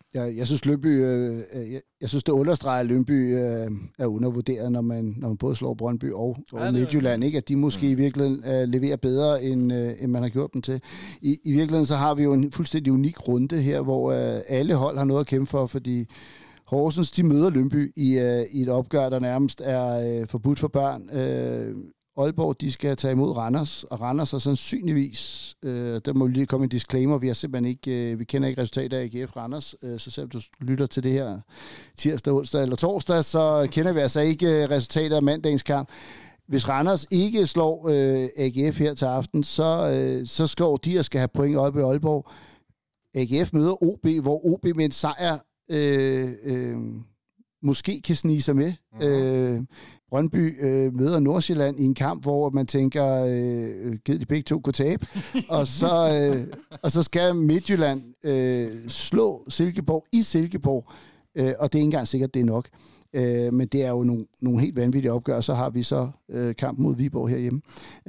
Jeg, jeg synes, Lyngby, øh, jeg, jeg synes, det understreger, at Lyngby øh, er undervurderet, når man, når man både slår Brøndby og, og ja, Midtjylland. Ikke? At de måske mm. i virkeligheden øh, leverer bedre, end, øh, end man har gjort dem til. I, I virkeligheden så har vi jo en fuldstændig unik runde her, hvor øh, alle hold har noget at kæmpe for, fordi Horsens, de møder Lyngby i, øh, i et opgør, der nærmest er øh, forbudt for børn. Øh, Aalborg, de skal tage imod Randers, og Randers er sandsynligvis, øh, der må lige komme en disclaimer, vi har simpelthen ikke, øh, vi kender ikke resultatet af A G F Randers, øh, så selvom du lytter til det her tirsdag, onsdag eller torsdag, så kender vi altså ikke øh, resultatet af mandagens kamp. Hvis Randers ikke slår øh, A G F her til aften, så, øh, så skal de og skal have point op i Aalborg. A G F møder O B, hvor O B med en sejr øh, øh, måske kan snige sig med. Mm-hmm. Øh, Brøndby øh, møder Nordsjælland i en kamp, hvor man tænker, øh, giv de begge to kunne tabe. og, så, øh, og så skal Midtjylland øh, slå Silkeborg i Silkeborg, øh, og det er ikke engang sikkert, det er nok. Øh, men det er jo nogle, nogle helt vanvittige opgør. Så har vi så øh, kamp mod Viborg herhjemme,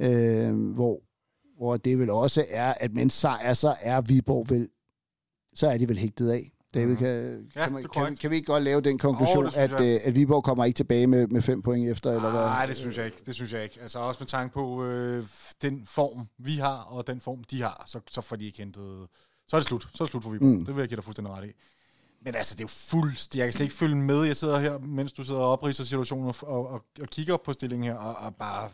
øh, hvor, hvor det vel også er, at mens sejr, så er Viborg vel, så er de vel hægtet af. David, kan, ja, kan, man, kan, kan vi ikke godt lave den konklusion, oh, at, øh, at Viborg kommer ikke tilbage med, med fem point efter? Eller hvad? Nej, det synes jeg ikke. Det synes jeg ikke. Altså også med tanke på øh, den form, vi har, og den form, de har, så, så får de ikke hentet. Så er det slut. Så er det slut for Viborg. Mm. Det vil jeg give dig fuldstændig ret i. Men altså, det er jo fuldstændig. Jeg kan slet ikke følge med. Jeg sidder her, mens du sidder og opridser situationen og, og, og, og kigger på stillingen her, og, og bare...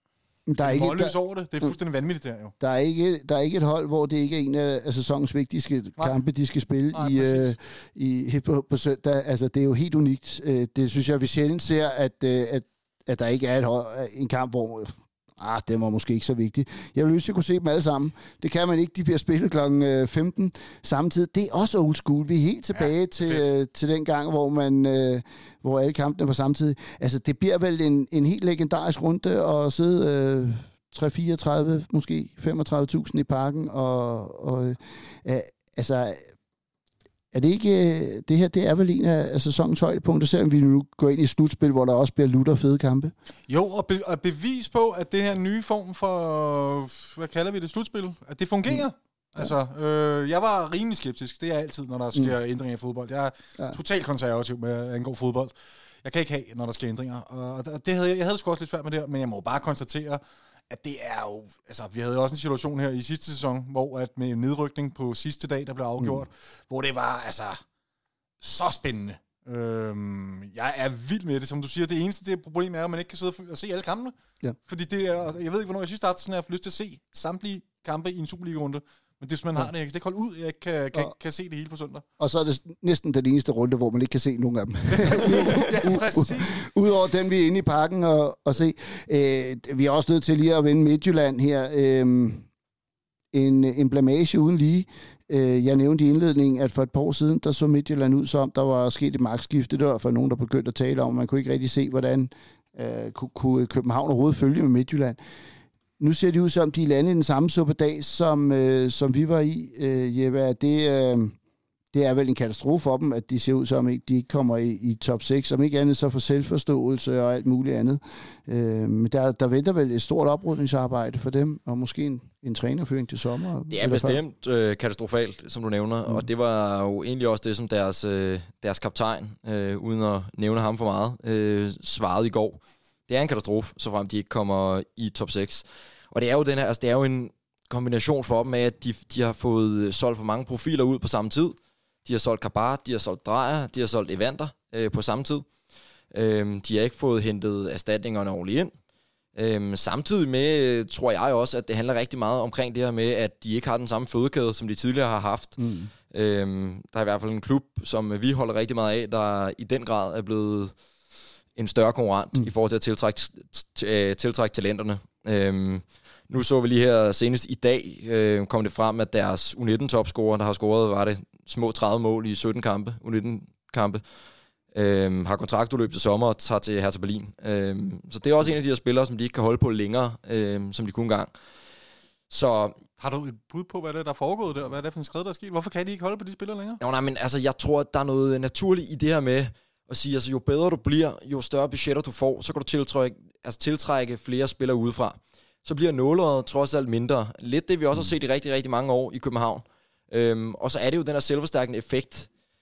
Der er ikke der, over det. Det er fuldstændig vanvittigt der jo. Der er ikke der er ikke et hold, hvor det ikke er en af, af sæsonens vigtigste Nej. kampe, de skal spille Nej, i øh, i på, på søndag. Altså det er jo helt unikt. Det synes jeg vi sjældent ser, at at at der ikke er et hold, en kamp hvor ah, det var måske ikke så vigtigt. Jeg vil ønske at kunne se dem alle sammen. Det kan man ikke. De bliver spillet klokken femten samtidig. Det er også old school. Vi er helt tilbage ja, til, øh, til den gang, hvor man øh, hvor alle kampene var samtidig. Altså, det bliver vel en, en helt legendarisk runde at sidde øh, tre fireogtredive, måske femogtredive tusind i parken. Og, og øh, altså, er det ikke... Det her, det er vel en af, af sæsonens højdepunkter, selvom vi nu går ind i slutspil, hvor der også bliver lutter fede kampe. Jo, og, be, og bevis på, at det her nye form for... Hvad kalder vi det? Slutspil? At det fungerer. Mm. Altså, øh, jeg var rimelig skeptisk. Det er altid, når der sker mm. ændringer i fodbold. Jeg er ja. totalt konservativ med at angå fodbold. Jeg kan ikke have, når der sker ændringer. Og det havde, jeg havde sgu også lidt svært med det her, men jeg må bare konstatere, at det er jo... Altså, vi havde også en situation her i sidste sæson, hvor at med nedrykning på sidste dag, der blev afgjort, mm. hvor det var altså så spændende. Øhm, jeg er vild med det, som du siger. Det eneste det problem er, at man ikke kan sidde og se alle kampene. Ja. Fordi det er... Jeg ved ikke, hvornår jeg sidste aften har haft lyst til at se samtlige kampe i en Superliga-runde. Men det er, man har det. Jeg kan ikke holde ud. Jeg kan, kan, kan se det hele på søndag. Og så er det næsten den eneste runde, hvor man ikke kan se nogen af dem. ja, præcis. Udover den, vi er inde i parken og, og se. Øh, vi er også nødt til lige at vinde Midtjylland her. Øh, en, en blamage uden lige. Øh, jeg nævnte i indledningen, at for et par år siden, der så Midtjylland ud som, der var sket et magtskifte. Det var for nogen, der begyndte at tale om. Man kunne ikke rigtig se, hvordan øh, kunne, kunne København overhovedet følge med Midtjylland. Nu ser det ud som, de er landet i den samme suppedag, som, øh, som vi var i, øh, Jeppe. Det, øh, det er vel en katastrofe for dem, at de ser ud som, at de ikke kommer i, i top seks. Som ikke andet så for selvforståelse og alt muligt andet. Øh, men der, der venter vel et stort oprydningsarbejde for dem, og måske en, en trænerføring til sommer. Det er bestemt øh, katastrofalt, som du nævner. Mm. Og det var jo egentlig også det, som deres, øh, deres kaptajn, øh, uden at nævne ham for meget, øh, svarede i går. Det er en katastrofe, så frem de ikke kommer i top seks. Og det er jo den her, altså det er jo en kombination for dem af, at de, de har fået solgt for mange profiler ud på samme tid. De har solgt Kabar, de har solgt Drejer, de har solgt Evander øh, på samme tid. Øhm, de har ikke fået hentet erstatningerne ordentligt ind. Øhm, samtidig med, tror jeg også, at det handler rigtig meget omkring det her med, at de ikke har den samme fødekæde, som de tidligere har haft. Mm. Øhm, der er i hvert fald en klub, som vi holder rigtig meget af, der i den grad er blevet en større konkurrent mm. i forhold til at tiltrække, t- tiltrække talenterne. Øhm, nu så vi lige her senest i dag, øh, kom det frem, at deres U nitten-topscorer, der har scoret, var det små tredive mål i sytten kampe, U nitten-kampe, øh, har kontraktudløb til sommer og tager til Hertha Berlin. Øh, så det er også en af de her spillere, som de ikke kan holde på længere, øh, som de kunne engang. Så har du et bud på, hvad det er, der er foregået der? Hvad er det for en skridt, der er sket? Hvorfor kan de ikke holde på de spillere længere? Jo, nej, men altså, jeg tror, at der er noget naturligt i det her med at sige, altså, jo bedre du bliver, jo større budgetter du får, så kan du tiltrække, altså, tiltrække flere spillere udefra. Så bliver nåleret trods alt mindre. Lidt det, vi også har set i rigtig, rigtig mange år i København. Øhm, og så er det jo den her selvforstærkende effekt,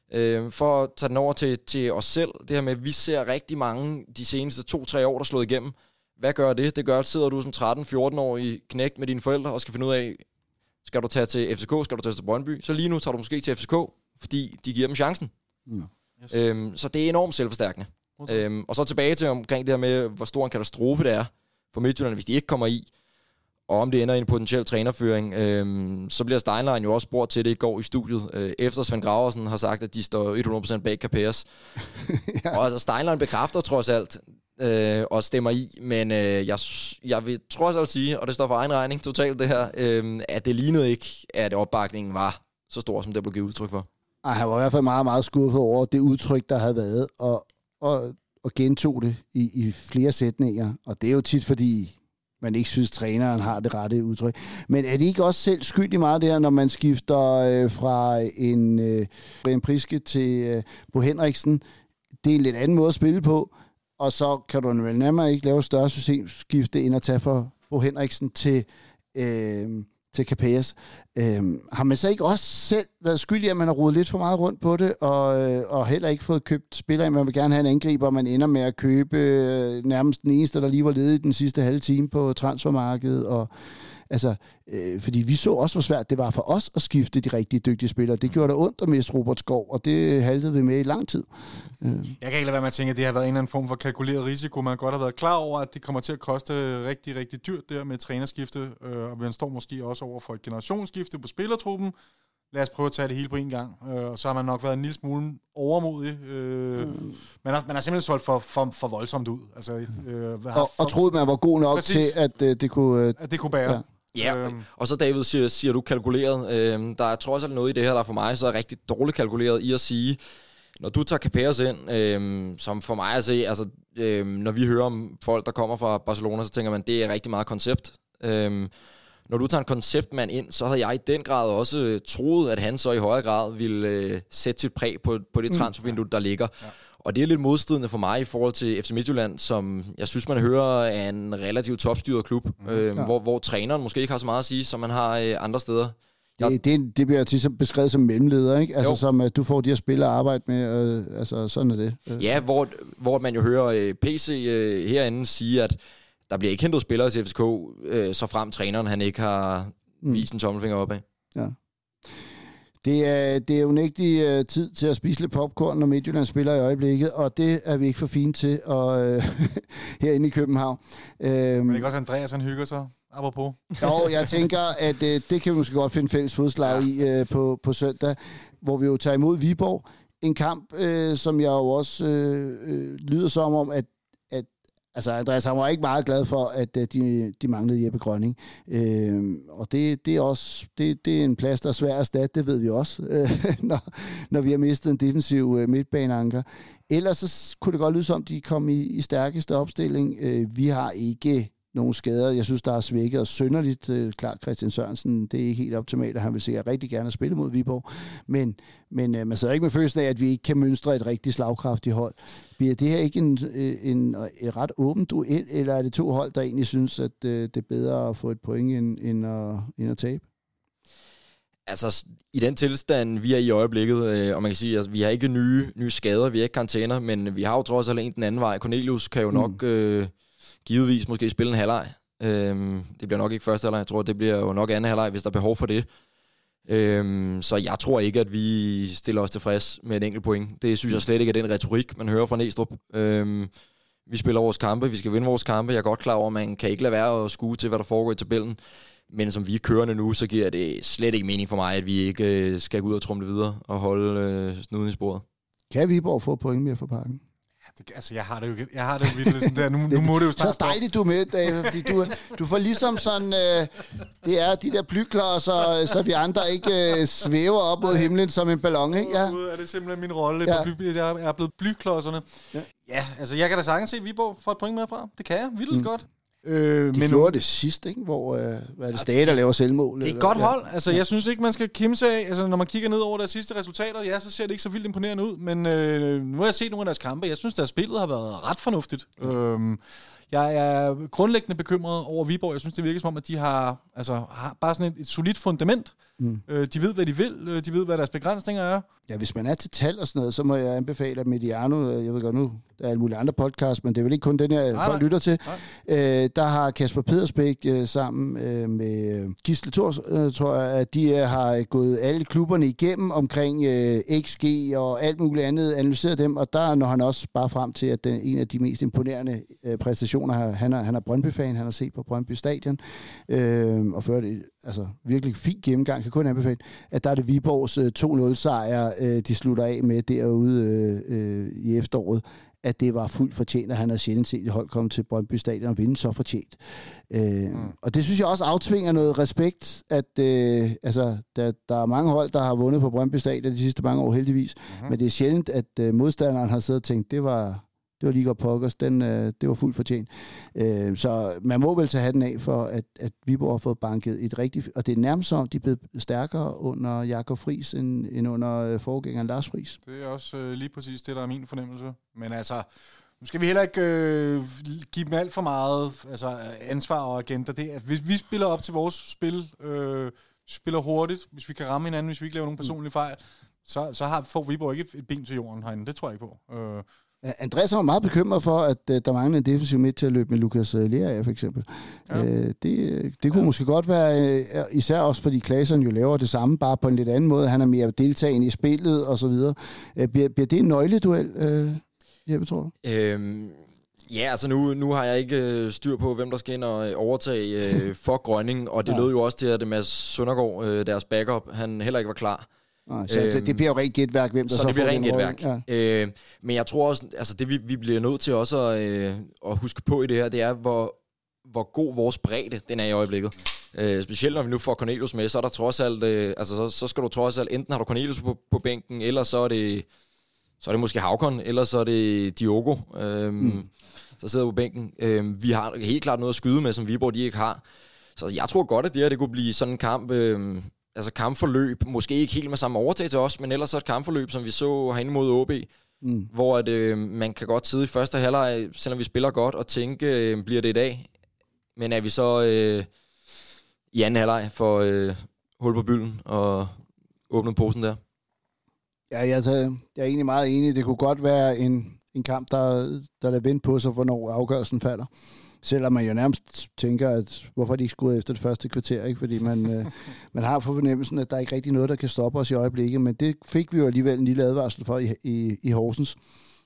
Øh, for at tage den over til, til os selv, det her med, at vi ser rigtig mange de seneste to-tre år, der er slået igennem. Hvad gør det? Det gør, at sidder du som tretten-fjorten-årig knægt med dine forældre og skal finde ud af, skal du tage til F C K, skal du tage til Brøndby? Så lige nu tager du måske til F C K, fordi de giver dem chancen. Mm. Yes. Øhm, så det er enormt selvforstærkende. Okay. Øhm, og så tilbage til omkring det her med, hvor stor en katastrofe det er for Midtjylland, hvis de ikke kommer i, og om det ender i en potentiel trænerføring. Øhm, så bliver Steinlein jo også spurgt til det i går i studiet, øh, efter Svend Graversen har sagt, at de står hundrede procent bag Capers. Ja. Og altså Steinlein bekræfter trods alt, øh, og stemmer i, men øh, jeg, jeg vil trods alt sige, og det står for egen regning totalt det her, øh, at det lignede ikke, at opbakningen var så stor, som det blev givet udtryk for. Ej, han var i hvert fald meget, meget skuffet over det udtryk, der havde været, og, og, og gentog det i, i flere sætninger. Og det er jo tit, fordi man ikke synes, træneren har det rette udtryk. Men er det ikke også selv skyld i meget der, når man skifter øh, fra en øh, Brian Priske til øh, Bo Henriksen? Det er en lidt anden måde at spille på, og så kan du vel nærmere ikke lave et større systemskifte, end at tage fra Bo Henriksen til... Øh, til Capers. Øhm, har man så ikke også selv været skyldig, at man har rodet lidt for meget rundt på det, og, øh, og heller ikke fået købt spillere, man vil gerne have en angriber, og man ender med at købe øh, nærmest den eneste, der lige var ledig den sidste halve time på transfermarkedet, og altså, øh, fordi vi så også, hvor svært det var for os at skifte de rigtige dygtige spillere. Det gjorde da ondt at miste Robert Skov, og det haltede vi med i lang tid. Øh. Jeg kan ikke lade være med at tænke, at det har været en eller anden form for kalkuleret risiko. Man godt har været klar over, at det kommer til at koste rigtig, rigtig dyrt der med trænerskifte, øh, og man står måske også over for et generationsskifte på spillertruppen. Lad os prøve at tage det hele på en gang. Øh, og så har man nok været en lille smule overmodig. Øh, mm. man, har, man har simpelthen solgt for, for, for voldsomt ud. Altså, øh, og, for, og troede, man var god nok præcis, til, at øh, det kunne... Øh, at det kunne bære. Ja. Ja, øhm. og så David siger, siger du kalkuleret. Øhm, der er trods alt noget i det her, der for mig så er rigtig dårligt kalkuleret i at sige, når du tager Capers ind, øhm, som for mig at se, altså, øhm, når vi hører om folk, der kommer fra Barcelona, så tænker man, det er rigtig meget koncept. Øhm, når du tager en konceptmand ind, så havde jeg i den grad også øh, troet, at han så i højere grad ville øh, sætte sit præg på, på det transfervindue, der ligger. Ja. Og det er lidt modstridende for mig i forhold til F C Midtjylland, som jeg synes, man hører er en relativt topstyret klub, mm, øh, ja. hvor, hvor træneren måske ikke har så meget at sige, som man har øh, andre steder. Det, det, det bliver tit beskrevet som mellemleder, ikke? Altså jo. Som, at du får de her spillere at arbejde med, øh, altså sådan er det. Ja, hvor, hvor man jo hører øh, P C øh, herinde sige, at der bliver ikke hentet spillere til F C K, øh, så frem træneren han ikke har mm. vist en tommelfinger opad. Ja. Det er, det er jo unægtig uh, tid til at spise lidt popcorn, når Midtjylland spiller i øjeblikket, og det er vi ikke for fine til og, uh, herinde i København. Uh, Men ikke også Andreas, han hygger sig, apropos? Jo, jeg tænker, at uh, det kan vi måske godt finde fælles fodslag ja. i uh, på, på søndag, hvor vi jo tager imod Viborg. En kamp, uh, som jeg jo også uh, uh, lyder som om, at Altså, Andreas, han var ikke meget glad for, at de, de manglede Jeppe Grønning. Øh, og det, det, er også, det, det er en plads, der er svær at erstatte, det ved vi også, øh, når, når vi har mistet en defensiv øh, midtbaneanker. Ellers så kunne det godt lyde som, de kom i, i stærkeste opstilling. Øh, vi har ikke nogen skader. Jeg synes, der er svækket og synderligt. Øh, klart, Christian Sørensen, det er ikke helt optimalt, og han vil sikkert rigtig gerne spille mod Viborg. Men, men øh, man sidder ikke med følelsen af, at vi ikke kan mønstre et rigtig slagkraftigt hold. Bliver det her ikke en, en, en ret åben duel, eller er det to hold, der egentlig synes, at øh, det er bedre at få et point, end, end, at, end at tabe? Altså, i den tilstand, vi er i øjeblikket, øh, og man kan sige, at altså, vi har ikke nye, nye skader, vi har ikke karantæner, men vi har jo trods alt en den anden vej. Cornelius kan jo nok mm. øh, givetvis måske spille en halvleg. Øh, det bliver nok ikke første halvleg, jeg tror, det bliver jo nok anden halvleg, hvis der er behov for det. Øhm, så jeg tror ikke, at vi stiller os tilfreds med et enkelt point. Det synes jeg slet ikke er den retorik, man hører fra Næstrup. Øhm, vi spiller vores kampe, vi skal vinde vores kampe. Jeg er godt klar over, at man kan ikke lade være at skue til, hvad der foregår i tabellen. Men som vi er kørende nu, så giver det slet ikke mening for mig, at vi ikke skal gå ud og trumle videre og holde øh, snuden i sporet. Kan Viborg få point mere for Parken? Det, altså, jeg har det jo, jeg har det jo virkelig sådan der. Nu, nu må det jo snart så dejligt, du er med, David, fordi du, du får ligesom sådan, øh, det er de der blyklodser, så vi andre ikke øh, svæver op mod himlen som en ballon, ikke? Ja. Nu er det simpelthen min rolle. Ja. Bly, jeg er blevet blyklodserne. Ja. ja, altså jeg kan da sagtens se Viborg få et point med fra. Det kan jeg, vildt mm. godt. Øh, de men gjorde nu, det sidst, ikke? Hvor øh, hvad er det Stage, der laver selvmål? Det er et godt hold. Altså, jeg synes ikke, man skal kimse af. Altså, når man kigger ned over deres sidste resultater, ja, så ser det ikke så vildt imponerende ud. Men øh, nu har jeg set nogle af deres kampe. Jeg synes, deres spillet har været ret fornuftigt. Øh, jeg Jeg er grundlæggende bekymret over Viborg. Jeg synes, det virker som om, at de har, altså, har bare sådan et, et solidt fundament. Mm. Øh, de ved, hvad de vil. De ved, hvad deres begrænsninger er. Ja, hvis man er til tal og sådan noget, så må jeg anbefale, at Mediano, jeg ved godt nu, der er alle mulige andre podcasts, men det er vel ikke kun den her, nej, folk lytter til. Øh, der har Kasper Pedersbæk øh, sammen øh, med Gisle Thors, øh, tror jeg, at de øh, har gået alle klubberne igennem omkring øh, X G og alt muligt andet, analyseret dem, og der når han også bare frem til, at den, en af de mest imponerende øh, præstationer, han er, han er Brøndby-fan, han har set på Brøndby Stadion, øh, og ført et altså, virkelig fin gennemgang, kan kun anbefale, at der er det Viborgs øh, to nul sejr, øh, de slutter af med derude øh, øh, i efteråret, at det var fuldt fortjent, at han har sjældent set et hold komme til Brøndby Stadion og vinde så fortjent. Øh, mm. Og det synes jeg også aftvinger noget respekt, at øh, altså, der, der er mange hold, der har vundet på Brøndby Stadion de sidste mange år heldigvis, mm-hmm. men det er sjældent, at øh, modstanderen har siddet og tænkt, det var... Det var lige godt pokkers. Den, øh, det var fuldt fortjent. Øh, så man må vel tage hatten af for, at, at Viborg har fået banket et rigtigt... Og det er nærmest som, de er blevet stærkere under Jakob Friis, end, end under forgængeren Lars Friis. Det er også øh, lige præcis det, der er min fornemmelse. Men altså, nu skal vi heller ikke øh, give dem alt for meget altså, ansvar og agenda. Det, at hvis vi spiller op til vores spil, øh, spiller hurtigt, hvis vi kan ramme hinanden, hvis vi ikke laver nogen personlige fejl, så, så har, får Viborg ikke et, et ben til jorden herinde. Det tror jeg ikke på. Øh, Andreas var meget bekymret for, at uh, der mangler en defensiv midt til at løbe med Lukas uh, Lea, for eksempel. Ja. Uh, det, det kunne ja. måske godt være, uh, især også fordi Claesson jo laver det samme, bare på en lidt anden måde. Han er mere deltagende i spillet og så videre. Uh, bliver, bliver det en nøgleduel, uh, Jeppe, tror du? Øhm, ja, altså nu, nu har jeg ikke uh, styr på, hvem der skal ind og overtage uh, for Grønning, og det ja. lød jo også til, at Mads Søndergaard, uh, deres backup, han heller ikke var klar. Nej, så øhm, det, det bliver jo rent gætværk, hvem der så, så det får bliver rent gætværk. Ja. Øh, men jeg tror også, altså det vi, vi bliver nødt til også at, øh, at huske på i det her, det er, hvor, hvor god vores bredde den er i øjeblikket. Øh, specielt når vi nu får Cornelius med, så er der trods alt, øh, altså så, så skal du trods alt, enten har du Cornelius på, på bænken, eller så er det, så er det måske Havkon, eller så er det Diogo, øh, mm. der sidder på bænken. Øh, vi har helt klart noget at skyde med, som Viborg de ikke har. Så jeg tror godt, at det her det kunne blive sådan en kamp... Øh, Altså kampforløb, måske ikke helt med samme overtag til os, men ellers så et kampforløb, som vi så herinde mod O B, mm. hvor at, øh, man kan godt sidde i første halvleg, selvom vi spiller godt, og tænke, øh, bliver det i dag? Men er vi så øh, i anden halvleg for øh, hul på bylden og åbne posen der? Ja, jeg, jeg er egentlig meget enig. Det kunne godt være en, en kamp, der, der lader vente på sig, hvornår afgørelsen falder. Selvom man jo nærmest tænker, at hvorfor de ikke skruede efter det første kvarter, ikke? Fordi man, øh, man har på fornemmelsen, at der er ikke rigtig noget, der kan stoppe os i øjeblikket, men det fik vi jo alligevel en lille advarsel for i, i, i Horsens.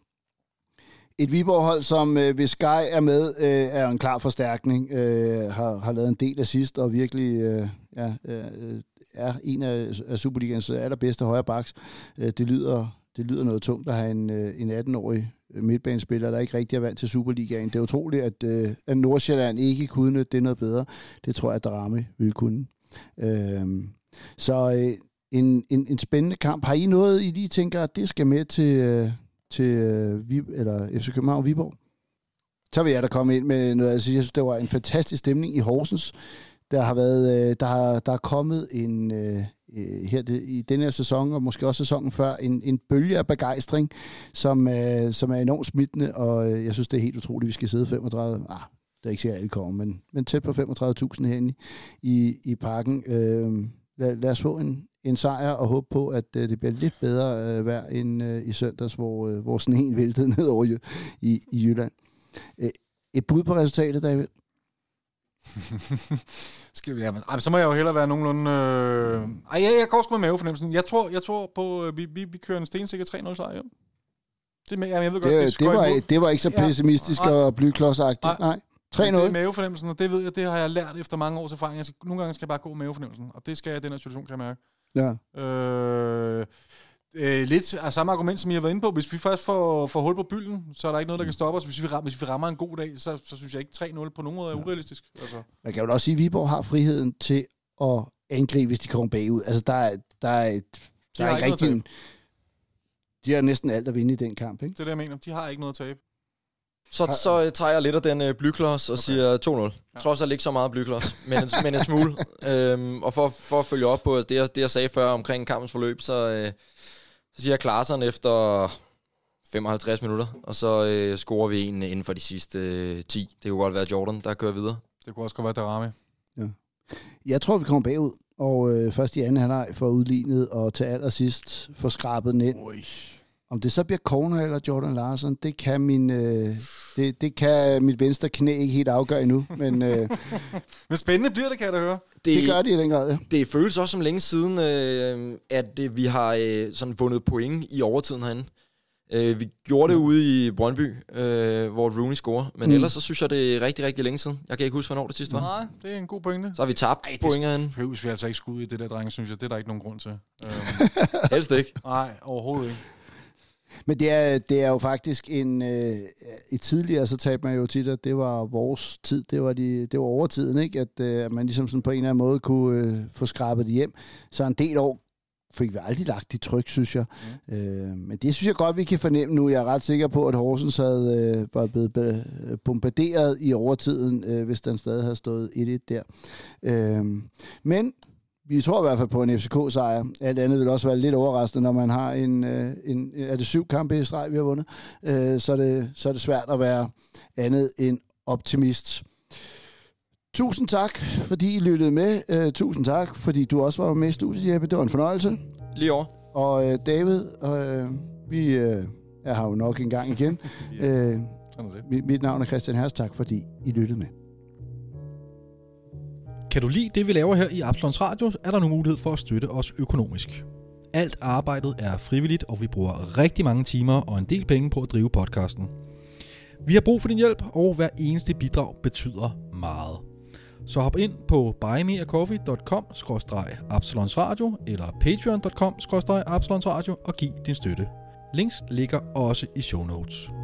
Et Viborg-hold, som øh, hvis Sky er med, øh, er en klar forstærkning, øh, har, har lavet en del assist og virkelig øh, ja, øh, er en af, af Superligans allerbedste højre backs. Øh, det lyder... Det lyder noget tungt at have en, en atten-årig midtbanespiller, der ikke rigtig er vant til Superligaen. Det er utroligt, at, at Nordsjælland ikke kunne udnytte det noget bedre. Det tror jeg, at Darami ville kunne. Øhm, så en, en, en spændende kamp. Har I noget, I lige tænker, at det skal med til, til eller F C København Viborg? Så vil jeg da komme ind med noget. Altså, jeg synes, det var en fantastisk stemning i Horsens. Der har været, der har, der er kommet en... her det, i denne her sæson, og måske også sæsonen før, en, en bølge af begejstring, som, øh, som er enormt smittende, og øh, jeg synes, det er helt utroligt, at vi skal sidde femogtredive, ah, det er ikke sikkert, at alle kommer, men, men tæt på femogtredive tusind herinde i, i parken. Øh, lad, lad os få en, en sejr, og håbe på, at øh, det bliver lidt bedre øh, vejr end øh, i søndags, hvor, øh, hvor sneen væltede ned over i, i Jylland. Øh, et bud på resultatet, David? Skal vi, jamen, så må jeg jo hellere være nogenlunde... Øh... Ej, jeg, jeg går sgu med mavefornemmelsen. Jeg tror, jeg tror på, øh, vi, vi, vi kører en stensikker tre nul sejr. Det, jamen, jeg ved godt, det, det, det, var, det var ikke så pessimistisk ja. og blyklodsagtigt. Nej, tre nul. Det er mavefornemmelsen, og det ved jeg, det har jeg lært efter mange års erfaring. Jeg skal, nogle gange skal jeg bare gå med mavefornemmelsen, og det skal jeg i den her situation, kan jeg mærke. Ja. Øh... Øh, lidt af samme argument, som I har været inde på. Hvis vi først får, får hul på bylden, så er der ikke noget, der kan stoppe os. Hvis vi, hvis vi rammer en god dag, så, så synes jeg ikke tre nul på nogen måde er urealistisk. Altså. Man kan jo også sige, at Viborg har friheden til at angribe, hvis de kommer bagud. Altså, der er, der er, et, der de er ikke rigtig en... De har næsten alt at vinde i den kamp, ikke? Det er det, jeg mener. De har ikke noget at tabe. Så, så tager jeg lidt af den øh, blyklods og okay. siger to nul. Ja. Trods alt ikke så meget blyklods, men, men en smule. øhm, og for, for at følge op på det, det, jeg sagde før omkring kampens forløb, så... Øh, Så siger Claesson efter femoghalvtreds minutter, og så øh, scorer vi en inden for de sidste øh, ti. Det kunne godt være Jordan, der kører videre. Det kunne også godt være Darami. Ja. Jeg tror, vi kommer bagud, og øh, først i anden halvleg får udlignet, og til allersidst får skrabet den ind. Ui. Om det så bliver Corner eller Jordan Larsen, det kan min øh, det, det kan mit venstre knæ ikke helt afgøre endnu, men øh, men spændende bliver det, kan jeg da høre. Det, det gør det i den grad, ja. Det føles også som længe siden, øh, at øh, vi har øh, sådan vundet point i overtiden herinde. Øh, vi gjorde det ude i Brøndby, øh, hvor Rooney scorer, men mm. ellers så synes jeg, det er rigtig, rigtig længe siden. Jeg kan ikke huske, hvornår det sidste var. Nej, det er en god pointe. Så har vi tabt point herinde. Det behøves vi altså ikke skud i det der, drenge, synes jeg. Det er der ikke nogen grund til. Um, Helst ikke. Nej, overhovedet ikke. Men det er, det er jo faktisk en... Øh, i tidligere, så talte man jo tit, at det var vores tid. Det var, de, det var overtiden, ikke? At øh, man ligesom sådan på en eller anden måde kunne øh, få skrabet det hjem. Så en del år fik vi aldrig lagt de tryk, synes jeg. Mm. Øh, men det synes jeg godt, vi kan fornemme nu. Jeg er ret sikker på, at Horsens havde, øh, var blevet bombarderet i overtiden, øh, hvis den stadig havde stået et et der. Øh, men vi tror i hvert fald på en F C K-sejr. Alt andet vil også være lidt overraskende, når man har en, en er det syv kampe i streg, vi har vundet. Øh, så, er det, så er det svært at være andet end optimist. Tusind tak, fordi I lyttede med. Uh, tusind tak, fordi du også var med i studiet, Jeppe. Det var en fornøjelse. Lige over. Og uh, David, uh, vi uh, er her jo nok en gang igen. ja, uh, mit, mit navn er Christian Hertz. Tak, fordi I lyttede med. Kan du lide det, vi laver her i Absalons Radio, er der nu mulighed for at støtte os økonomisk. Alt arbejdet er frivilligt, og vi bruger rigtig mange timer og en del penge på at drive podcasten. Vi har brug for din hjælp, og hver eneste bidrag betyder meget. Så hop ind på buymeacoffee punktum com skråstreg absalonsradio eller patreon punktum com skråstreg absalonsradio og giv din støtte. Links ligger også i show notes.